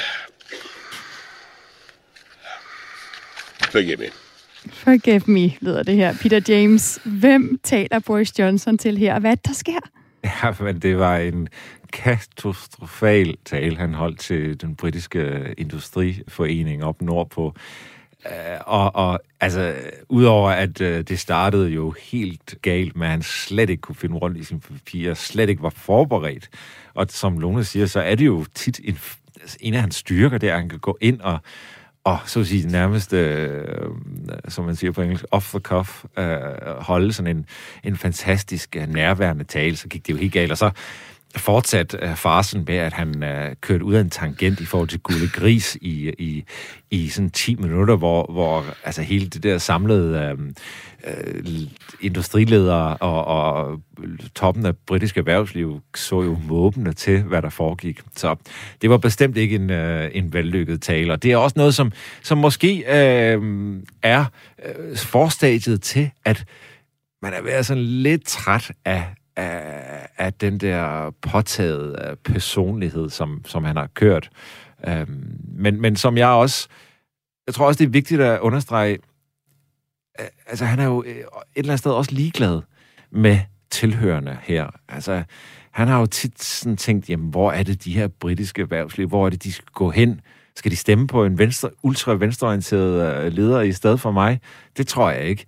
forgive me. Forgive me, lyder det her. Peter James, hvem taler Boris Johnson til her, og hvad der sker? Ja, men det var en katastrofal tale, han holdt til den britiske industriforening op nordpå. Uh, og, og altså, udover at uh, det startede jo helt galt med, at han slet ikke kunne finde rundt i sine papirer, slet ikke var forberedt. Og som Lone siger, så er det jo tit en, altså, en af hans styrker, der han kan gå ind og, og så at sige nærmest, uh, som man siger på engelsk, off the cuff, uh, holde sådan en, en fantastisk uh, nærværende tale. Så gik det jo helt galt, og så fortsat uh, farsen med, at han uh, kørte ud af en tangent i forhold til Gurli Gris i, i, i sådan ti minutter, hvor, hvor altså hele det der samlede uh, uh, industriledere og, og toppen af britisk erhvervsliv så jo måbende til, hvad der foregik. Så det var bestemt ikke en, uh, en vellykket tale, og det er også noget, som, som måske uh, er uh, forstadiet til, at man er ved at sådan lidt træt af Af, af den der påtagede personlighed, som, som han har kørt. Øhm, men, men som jeg også... Jeg tror også, det er vigtigt at understrege... Altså, han er jo et eller andet sted også ligeglad med tilhørende her. Altså, han har jo tit sådan tænkt, jamen, hvor er det de her britiske erhvervsliv? Hvor er det, de skal gå hen? Skal de stemme på en venstre, ultra-venstreorienteret leder i stedet for mig? Det tror jeg ikke.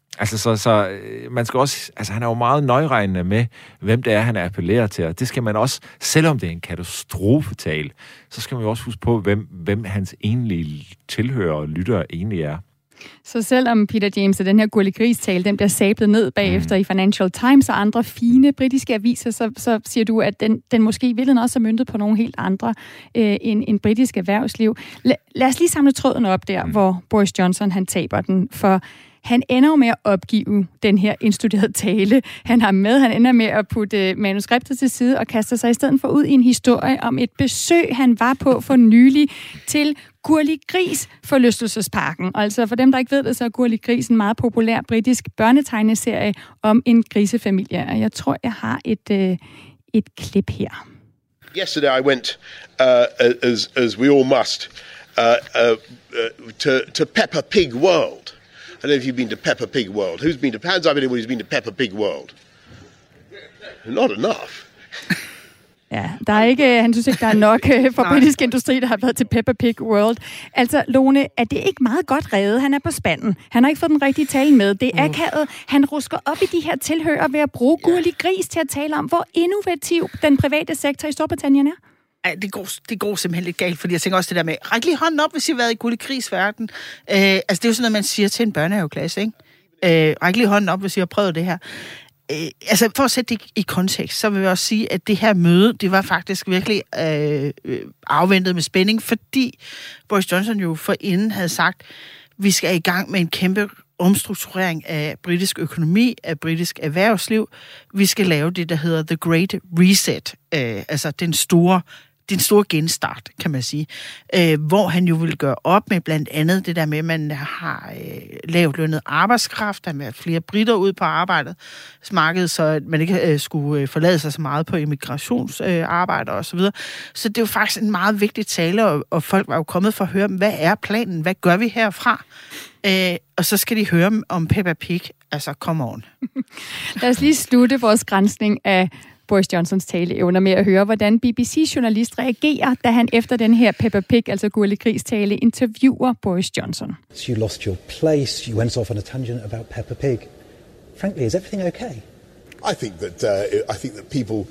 Altså, så, så man skal også... Altså, han er jo meget nøjeregnende med, hvem det er, han appellerer til, og det skal man også, selvom det er en katastrofetal, så skal man jo også huske på, hvem, hvem hans egentlige tilhører og lyttere egentlig er. Så selvom Peter James og den her Gurli Gris-tale, den bliver sablet ned bagefter mm. i Financial Times og andre fine britiske aviser, så, så siger du, at den, den måske i virkeligheden også er møntet på nogle helt andre øh, end, end britisk erhvervsliv. La, lad os lige samle tråden op der, mm. hvor Boris Johnson han taber den, for han ender jo med at opgive den her indstuderede tale, han har med. Han ender med at putte manuskriptet til side og kaster sig i stedet for ud i en historie om et besøg, han var på for nylig til Gurli Gris forlystelsesparken. Altså for dem, der ikke ved det, så er Gurli Gris en meget populær britisk børnetegneserie om en grisefamilie. Og jeg tror, jeg har et, øh, et klip her. Yesterday I went, uh, as, as we all must, uh, uh, uh, to, to Peppa Pig World. I don't know if you've been to Peppa Pig World. Who's been to, hands up anyone who's been to Peppa Pig World? Not enough. Ja, der er ikke, han synes ikke, der er nok for britisk industri, der har været til Peppa Pig World. Altså, Lone, er det ikke meget godt revet? Han er på spanden. Han har ikke fået den rigtige tale med. Det er akavet. Han rusker op i de her tilhører ved at bruge Gurli Gris til at tale om, hvor innovativ den private sektor i Storbritannien er. Ej, det går, det går simpelthen lidt galt, fordi jeg tænker også det der med, ræk lige hånden op, hvis I har været i Gurli Gris verden. Øh, altså, det er jo sådan noget, man siger til en børnehaveklasse, ikke? Øh, ræk lige hånden op, hvis I har prøvet det her. Øh, altså, for at sætte det i kontekst, så vil jeg også sige, at det her møde, det var faktisk virkelig øh, afventet med spænding, fordi Boris Johnson jo forinden havde sagt, vi skal i gang med en kæmpe omstrukturering af britisk økonomi, af britisk erhvervsliv. Vi skal lave det, der hedder The Great Reset, øh, altså den store den store genstart, kan man sige, øh, hvor han jo vil gøre op med blandt andet det der med, at man har øh, lavt lønnet arbejdskraft, der med flere britter ud på arbejdsmarkedet, så man ikke øh, skulle øh, forlade sig så meget på immigrationsarbejde øh, og så videre. Så det er jo faktisk en meget vigtig tale, og, og folk var jo kommet for at høre, hvad er planen, hvad gør vi herfra? Øh, og så skal de høre om Peppa Pig, altså come on. Lad os lige slutte vores granskning af Boris Johnsons taleevner med at høre, hvordan B B C-journalist reagerer, da han efter den her Peppa Pig, altså Gurli Gris-tale, interviewer Boris Johnson. You lost your place, you went off on a tangent about Peppa Pig. Frankly, is everything okay? I think that uh, I think that people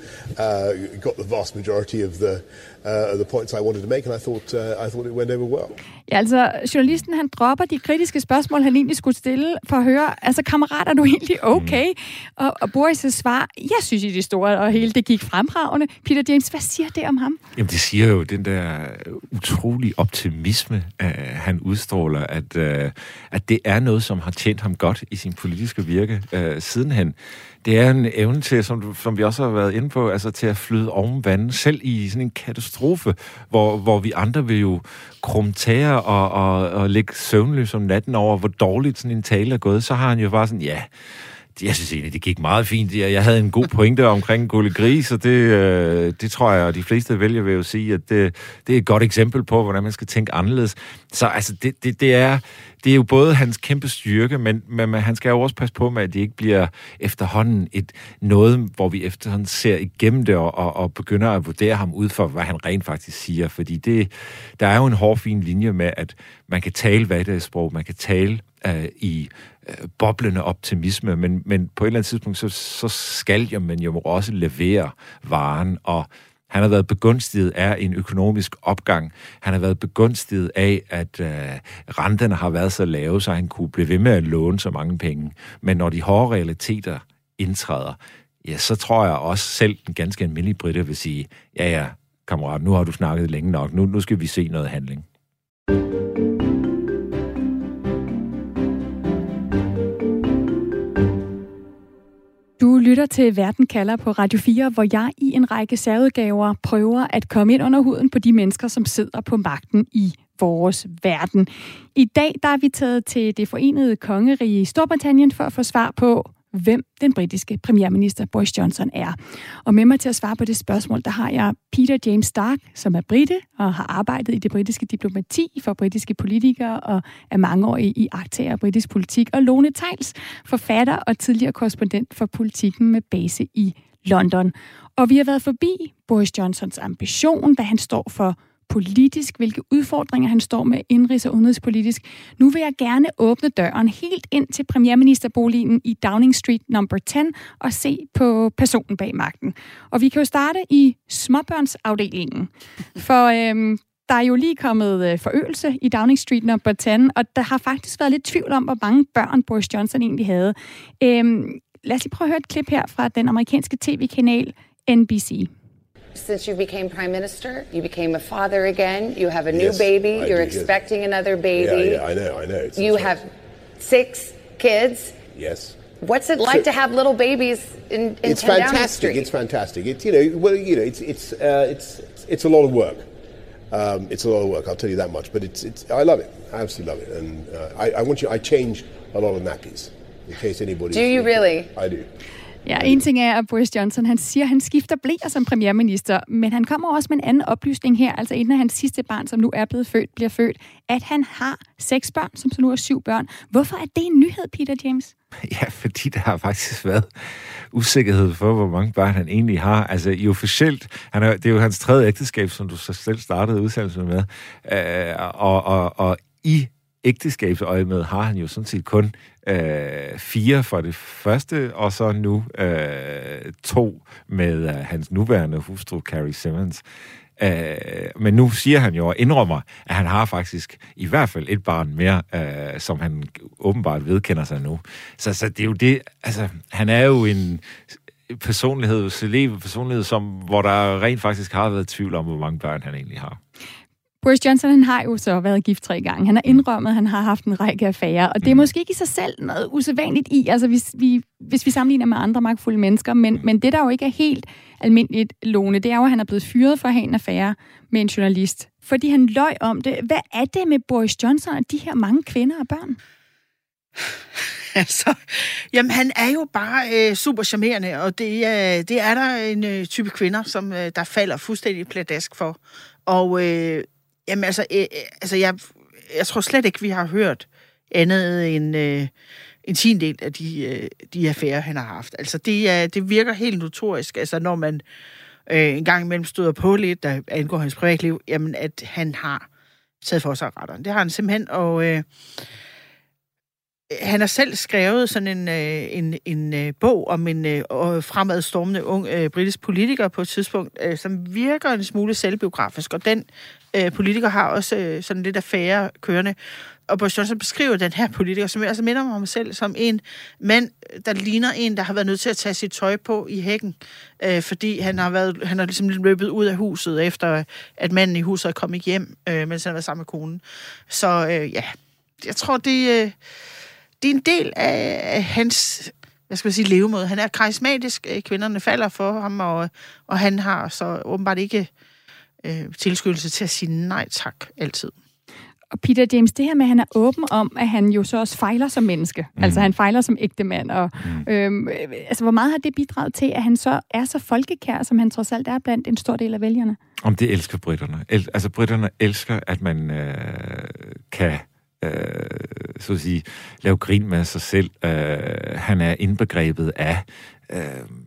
uh, got the vast majority of the uh, the points I wanted to make, and I thought uh, I thought it went over well. Ja, altså journalisten han dropper de kritiske spørgsmål han egentlig skulle stille for at høre, altså kammerat, er du egentlig okay? Mm. Og, og Boris' svar, jeg synes i det store og hele det gik fremragende. Peter James, hvad siger det om ham? Jamen det siger jo den der utrolig optimisme, uh, han udstråler, at uh, at det er noget som har tjent ham godt i sin politiske virke uh, sidenhen. Det er en evne til, som, som vi også har været inde på, altså til at flyde oven vandet, selv i sådan en katastrofe, hvor, hvor vi andre vil jo krumtære og, og, og ligge søvnløs om natten over, hvor dårligt sådan en tale er gået, så har han jo bare sådan, ja, jeg synes egentlig, det gik meget fint. Jeg havde en god pointe omkring Gurli Gris, og det, øh, det tror jeg, og de fleste vælger vil jo sige, at det, det er et godt eksempel på, hvordan man skal tænke anderledes. Så altså, det, det, det, er, det er jo både hans kæmpe styrke, men, men han skal jo også passe på med, at det ikke bliver efterhånden et noget, hvor vi efterhånden ser igennem det og, og, og begynder at vurdere ham ud for, hvad han rent faktisk siger. Fordi det, der er jo en hård, fin linje med, at man kan tale hverdagssprog, man kan tale øh, i boblende optimisme, men, men på et eller andet tidspunkt, så, så skal jo man jo også levere varen, og han har været begunstiget af en økonomisk opgang. Han har været begunstiget af, at øh, renterne har været så lave, så han kunne blive ved med at låne så mange penge. Men når de hårde realiteter indtræder, ja, så tror jeg også selv den ganske almindelige britter vil sige, ja ja, kammerat, nu har du snakket længe nok, nu, nu skal vi se noget handling. Du lytter til Verden kalder på Radio fire, hvor jeg i en række særudgaver prøver at komme ind under huden på de mennesker, som sidder på magten i vores verden. I dag der er vi taget til det forenede kongerige i Storbritannien for at få svar på, hvem den britiske premierminister Boris Johnson er. Og med mig til at svare på det spørgsmål, der har jeg Peter James Stark, som er brite og har arbejdet i det britiske diplomati for britiske politikere og er mangeårig iagttager af britisk politik, og Lone Theils, forfatter og tidligere korrespondent for Politikken med base i London. Og vi har været forbi Boris Johnsons ambition, hvad han står for politisk, hvilke udfordringer han står med indrigs- og udenrigspolitisk. Nu vil jeg gerne åbne døren helt ind til premierministerboligen i Downing Street number ti og se på personen bag magten. Og vi kan jo starte i småbørnsafdelingen. For øhm, der er jo lige kommet øh, forøgelse i Downing Street number ti, og der har faktisk været lidt tvivl om, hvor mange børn Boris Johnson egentlig havde. Øhm, lad os lige prøve at høre et klip her fra den amerikanske tv-kanal N B C. Since you became prime minister, you became a father again. You have a new Yes, baby. I You're do, yes. expecting another baby. Yeah, yeah, I know, I know. It's, you it's have right. six kids. Yes. What's it like So- to have little babies in, in It's ten Downing fantastic. Street? It's fantastic. It's you know, well, you know, it's it's uh, it's it's a lot of work. Um, it's a lot of work. I'll tell you that much. But it's it's I love it. I absolutely love it. And uh, I, I want you. I change a lot of nappies in case anybody. Do you really? I do. Ja, en ting er, at Boris Johnson, han siger, at han skifter bleer som premierminister, men han kommer også med en anden oplysning her, altså inden hans sidste barn, som nu er blevet født, bliver født, at han har seks børn, som så nu er syv børn. Hvorfor er det en nyhed, Peter James? Ja, fordi der har faktisk været usikkerhed for, hvor mange børn han egentlig har. Altså, i officielt, han er, det er jo hans tredje ægteskab, som du så selv startede udsendelsen med, øh, og, og, og i ægteskabsøje med har han jo sådan set kun øh, fire for det første, og så nu øh, to med øh, hans nuværende hustru, Carrie Simmons. Øh, men nu siger han jo og indrømmer, at han har faktisk i hvert fald et barn mere, øh, som han åbenbart vedkender sig nu. Så, så det er jo det, altså, han er jo en personlighed, celeb personlighed, som, hvor der rent faktisk har været tvivl om, hvor mange børn han egentlig har. Boris Johnson, han har jo så været gift tre gange. Han har indrømmet, at han har haft en række affærer, og det er måske ikke i sig selv noget usædvanligt i, altså hvis vi, hvis vi sammenligner med andre magtfulde mennesker, men, men det, der jo ikke er helt almindeligt, Lone, det er jo, at han er blevet fyret for at have en affære med en journalist, fordi han løj om det. Hvad er det med Boris Johnson og de her mange kvinder og børn? Altså, jamen han er jo bare øh, super charmerende, og det, øh, det er der en øh, type kvinder, som øh, der falder fuldstændig pladask for. Og øh, jamen altså, øh, altså jeg, jeg tror slet ikke, vi har hørt andet end øh, en tiendedel af de, øh, de affærer, han har haft. Altså det, øh, det virker helt notorisk, altså når man øh, en gang imellem støder på lidt, der angår hans privatliv, jamen at han har taget for sig retteren. Det har han simpelthen, og øh, han har selv skrevet sådan en, øh, en, en øh, bog om en øh, fremadstormende ung øh, britisk politiker på et tidspunkt, øh, som virker en smule selvbiografisk, og den øh, politiker har også øh, sådan lidt affære kørende. Og Boris Johnson beskriver den her politiker, som jeg altså minder mig om selv, som en mand, der ligner en, der har været nødt til at tage sit tøj på i hækken, øh, fordi han har været, han har ligesom løbet ud af huset, efter at manden i huset er kommet hjem, øh, mens han har været sammen med konen. Så øh, ja, jeg tror, det øh, Det er en del af hans, hvad skal man sige, levemåde. Han er karismatisk, kvinderne falder for ham, og, og han har så åbenbart ikke øh, tilskyndelse til at sige nej tak altid. Og Peter James, det her med, at han er åben om, at han jo så også fejler som menneske. Mm. Altså han fejler som ægtemand. Og, mm. øhm, altså hvor meget har det bidraget til, at han så er så folkekær, som han trods alt er blandt en stor del af vælgerne? Om det elsker britterne. El- altså britterne elsker, at man øh, kan Øh, så at sige, lave grin med sig selv. Øh, han er indbegrebet af øh,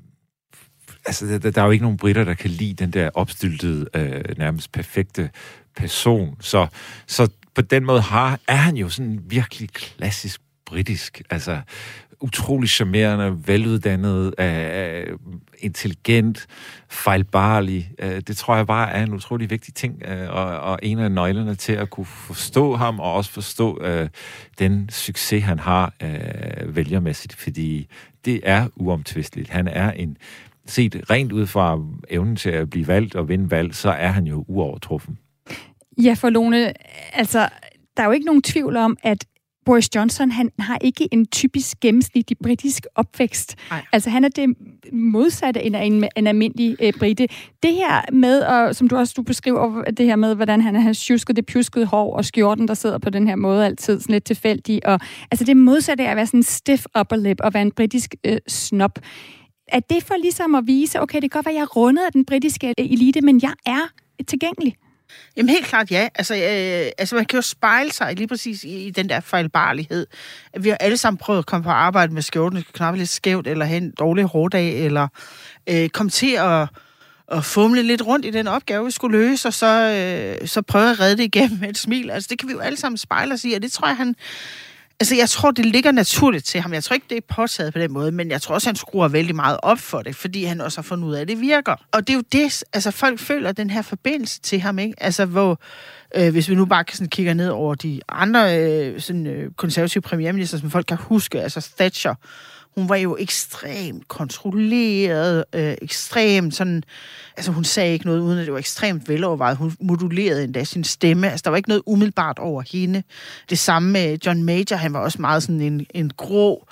altså, der, der er jo ikke nogen britter, der kan lide den der opstyltede, øh, nærmest perfekte person. Så, så på den måde har, er han jo sådan virkelig klassisk britisk. Altså utrolig charmerende, veluddannet, øh, intelligent, fejlbarlig. Øh, det tror jeg bare er en utrolig vigtig ting, øh, og, og en af nøglerne til at kunne forstå ham, og også forstå øh, den succes, han har øh, vælgermæssigt, fordi det er uomtvisteligt. Han er en, set rent ud fra evnen til at blive valgt og vinde valg, så er han jo uovertruffen. Ja, for Lone, altså, der er jo ikke nogen tvivl om, at Boris Johnson, han har ikke en typisk gennemsnitlig britisk opvækst. Ej. Altså, han er det modsatte end en, en almindelig øh, brite. Det her med, og som du også du beskriver, det her med, hvordan han har sjusket det pjuskede hår og skjorten, der sidder på den her måde altid sådan lidt tilfældig. Og, altså, det modsatte er at være sådan en stiff upper lip og være en britisk øh, snob. Er det for ligesom at vise, okay, det kan godt være, jeg er rundet af den britiske elite, men jeg er tilgængelig? Jamen helt klart ja. Altså, øh, altså man kan jo spejle sig lige præcis i, i den der fejlbarlighed. Vi har alle sammen prøvet at komme på arbejde med skjorten, knappe lidt skævt, eller have en dårlig hårdag, eller øh, komme til at, at fumle lidt rundt i den opgave, vi skulle løse, og så, øh, så prøve at redde det igennem med et smil. Altså, det kan vi jo alle sammen spejle os i, og det tror jeg, han... Altså, jeg tror, det ligger naturligt til ham. Jeg tror ikke, det er påtaget på den måde, men jeg tror også, han skruer vældig meget op for det, fordi han også har fundet ud af, at det virker. Og det er jo det, altså folk føler den her forbindelse til ham, ikke? Altså, hvor, øh, hvis vi nu bare kan sådan kigge ned over de andre øh, sådan, øh, konservative premierminister, som folk kan huske, altså Thatcher, hun var jo ekstremt kontrolleret, øh, ekstremt sådan... Altså, hun sagde ikke noget, uden at det var ekstremt velovervejet. Hun modulerede endda sin stemme. Altså, der var ikke noget umiddelbart over hende. Det samme med John Major. Han var også meget sådan en, en grå,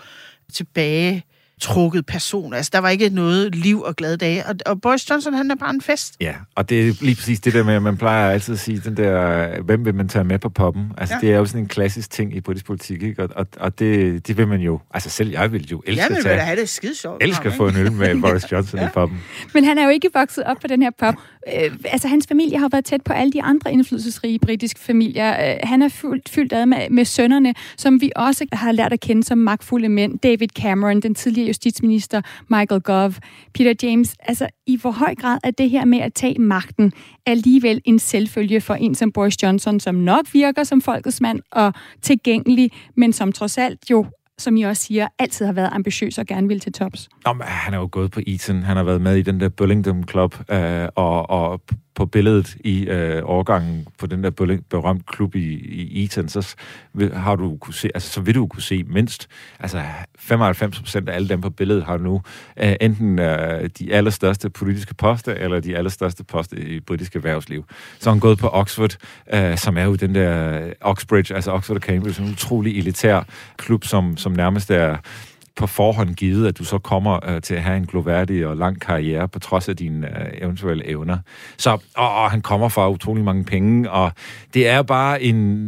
tilbagetrukket person. Altså, der var ikke noget liv og glade dage. Og, og Boris Johnson, han er bare en fest. Ja, og det er lige præcis det der med, at man plejer altid at sige, den der, hvem vil man tage med på poppen? Altså, ja. Det er jo sådan en klassisk ting i britisk politik, ikke? Og, og, og det, det vil man jo, altså selv jeg vil jo elske ja, men at tage. Ja, men have det skide sjovt. Elsker at få en øl med Boris Johnson ja. i poppen. Men han er jo ikke vokset op på den her pop. Øh, altså, hans familie har været tæt på alle de andre indflydelsesrige britiske familier. Øh, han er fyldt, fyldt ad med, med sønnerne, som vi også har lært at kende som magtfulde mænd. David Cameron, den tidligere justitsminister, Michael Gove, Peter James. Altså, i hvor høj grad er det her med at tage magten alligevel en selvfølge for en som Boris Johnson, som nok virker som folkets mand og tilgængelig, men som trods alt jo, som I også siger, altid har været ambitiøs og gerne vil til tops? Nå, men han er jo gået på Eton. Han har været med i den der Burlington Club, øh, og, og på billedet i øh, årgangen på den der berømte klub i, i Eton, så har du kunne se, altså så vil du kunne se mindst, altså femoghalvfems procent af alle dem på billedet har nu øh, enten øh, de allerstørste politiske poster, eller de allerstørste poster i britisk erhvervsliv. Så har han gået på Oxford, øh, som er jo den der Oxbridge, altså Oxford og Cambridge, en utrolig elitær klub, som, som nærmest er på forhånd givet, at du så kommer øh, til at have en gloværdig og lang karriere på trods af dine øh, eventuelle evner. Så, og, og han kommer fra utrolig mange penge, og det er bare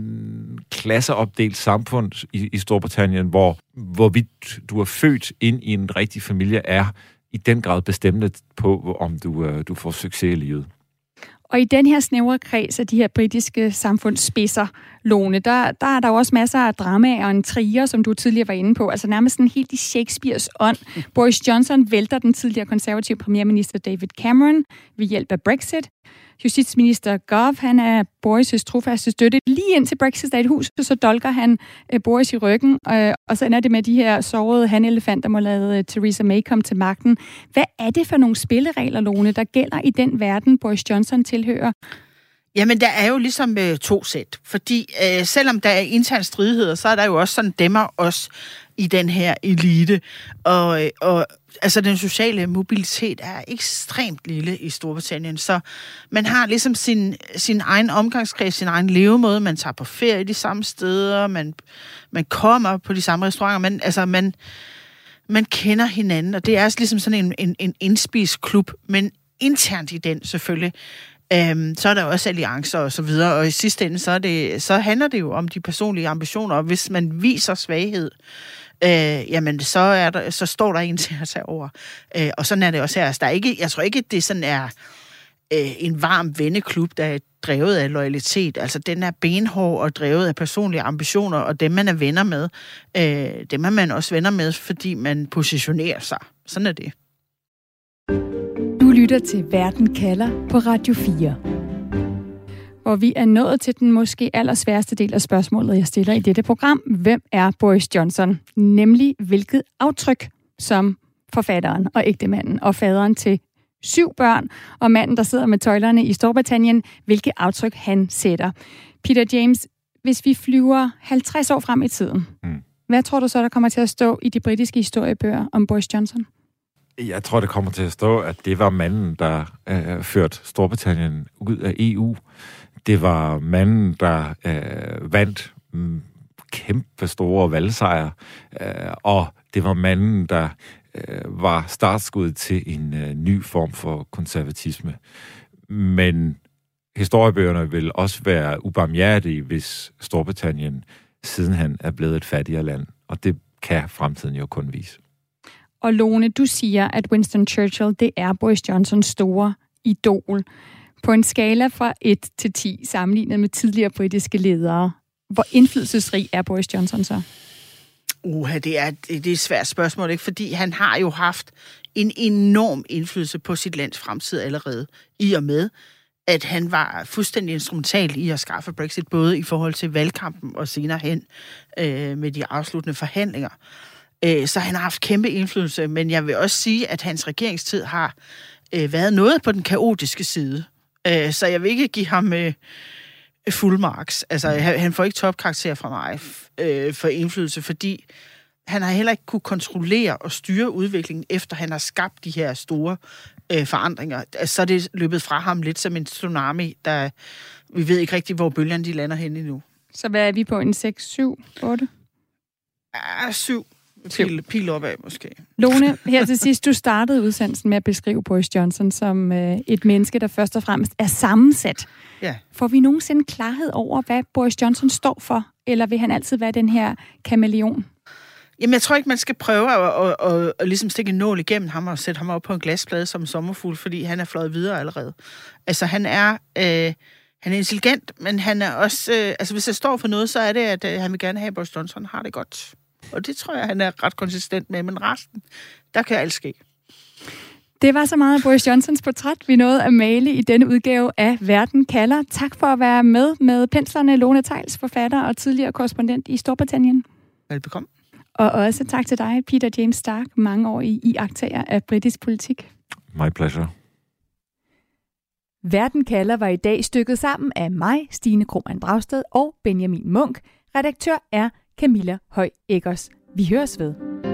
en klasseopdelt samfund i, i Storbritannien, hvor hvorvidt du er født ind i en rigtig familie, er i den grad bestemmende på, om du, øh, du får succes i livet. Og i den her snævre kreds af de her britiske samfundsspidser, Lone, der, der er der jo også masser af dramaer og intriger, som du tidligere var inde på. Altså nærmest sådan helt i Shakespeares ånd. Boris Johnson vælter den tidligere konservative premierminister David Cameron ved hjælp af Brexit. Justitsminister Gove, han er Boris' trofaste støtte. Lige indtil Brexit er et hus, så dolker han uh, Boris i ryggen, uh, og så ender det med de her sårede hanelefanter, der må lade uh, Theresa May komme til magten. Hvad er det for nogle spilleregler, Lone, der gælder i den verden, Boris Johnson tilhører? Jamen, der er jo ligesom øh, to sæt, fordi øh, selvom der er interne stridigheder, så er der jo også sådan dæmmer os i den her elite, og, og altså den sociale mobilitet er ekstremt lille i Storbritannien, så man har ligesom sin, sin egen omgangskreds, sin egen levemåde, man tager på ferie de samme steder, man, man kommer på de samme restauranter, man, altså man, man kender hinanden, og det er ligesom sådan en, en, en indspist-klub, men internt i den selvfølgelig, Øhm, så er der også alliancer og så videre, og i sidste ende, så, er det, så handler det jo om de personlige ambitioner, og hvis man viser svaghed, øh, jamen så, er der, så står der en til at tage over. Øh, og sådan er det også her. Altså, der er ikke, jeg tror ikke, at det sådan er øh, en varm venneklub, der er drevet af loyalitet. Altså, den er benhård og drevet af personlige ambitioner, og dem, man er venner med, øh, dem er man også venner med, fordi man positionerer sig. Sådan er det. Du lytter til Verden kalder på Radio fire. Og vi er nået til den måske allersværeste del af spørgsmålet, jeg stiller i dette program. Hvem er Boris Johnson? Nemlig, hvilket aftryk som forfatteren og ægtemanden og faderen til syv børn og manden, der sidder med tøjlerne i Storbritannien, hvilket aftryk han sætter. Peter James, hvis vi flyver halvtreds år frem i tiden, mm. hvad tror du så, der kommer til at stå i de britiske historiebøger om Boris Johnson? Jeg tror, det kommer til at stå, at det var manden, der øh, førte Storbritannien ud af E U. Det var manden, der øh, vandt mm, kæmpe store valgsejre. Øh, og det var manden, der øh, var startskuddet til en øh, ny form for konservatisme. Men historiebøgerne vil også være ubarmhjertige, hvis Storbritannien sidenhen er blevet et fattigere land. Og det kan fremtiden jo kun vise. Og Lone, du siger, at Winston Churchill, det er Boris Johnsons store idol. På en skala fra et til ti, sammenlignet med tidligere britiske ledere, hvor indflydelsesrig er Boris Johnson så? Uha, det er, det er et svært spørgsmål, ikke? Fordi han har jo haft en enorm indflydelse på sit lands fremtid allerede, i og med, at han var fuldstændig instrumental i at skaffe Brexit, både i forhold til valgkampen og senere hen øh, med de afsluttende forhandlinger. Øh, så han har haft kæmpe indflydelse, men jeg vil også sige, at hans regeringstid har øh, været noget på den kaotiske side. Øh, så jeg vil ikke give ham øh, full marks. Altså, han får ikke topkarakter fra mig øh, for indflydelse, fordi han har heller ikke kunne kontrollere og styre udviklingen, efter han har skabt de her store øh, forandringer. Altså, så er det løbet fra ham lidt som en tsunami, der vi ved ikke rigtig, hvor bølgerne de lander hen endnu. Så hvad er vi på? En seks, syv, otte? Ja, syv. Pil, pil opad, måske. Lone, her til sidst, du startede udsendelsen med at beskrive Boris Johnson som øh, et menneske, der først og fremmest er sammensat. Ja. Får vi nogensinde klarhed over, hvad Boris Johnson står for? Eller vil han altid være den her kameleon? Jamen, jeg tror ikke, man skal prøve at, at, at, at, at ligesom stikke en nål igennem ham og sætte ham op på en glasplade som en sommerfugl, fordi han er fløjet videre allerede. Altså, han er, øh, han er intelligent, men han er også... Øh, altså, hvis jeg står for noget, så er det, at øh, han vil gerne have, at Boris Johnson har det godt. Og det tror jeg, han er ret konsistent med, men resten, der kan alt ske. Det var så meget af Boris Johnsons portræt, vi nåede at male i denne udgave af Verden kalder. Tak for at være med med penslerne, Lone Theils, forfatter og tidligere korrespondent i Storbritannien. Velbekomme. Og også tak til dig, Peter James Stark, mange år i iagttager af britisk politik. My pleasure. Verden kalder var i dag stykket sammen af mig, Stine Krohmann Dragsted og Benjamin Munk. Redaktør er Camilla Høj Eggers. Vi høres ved.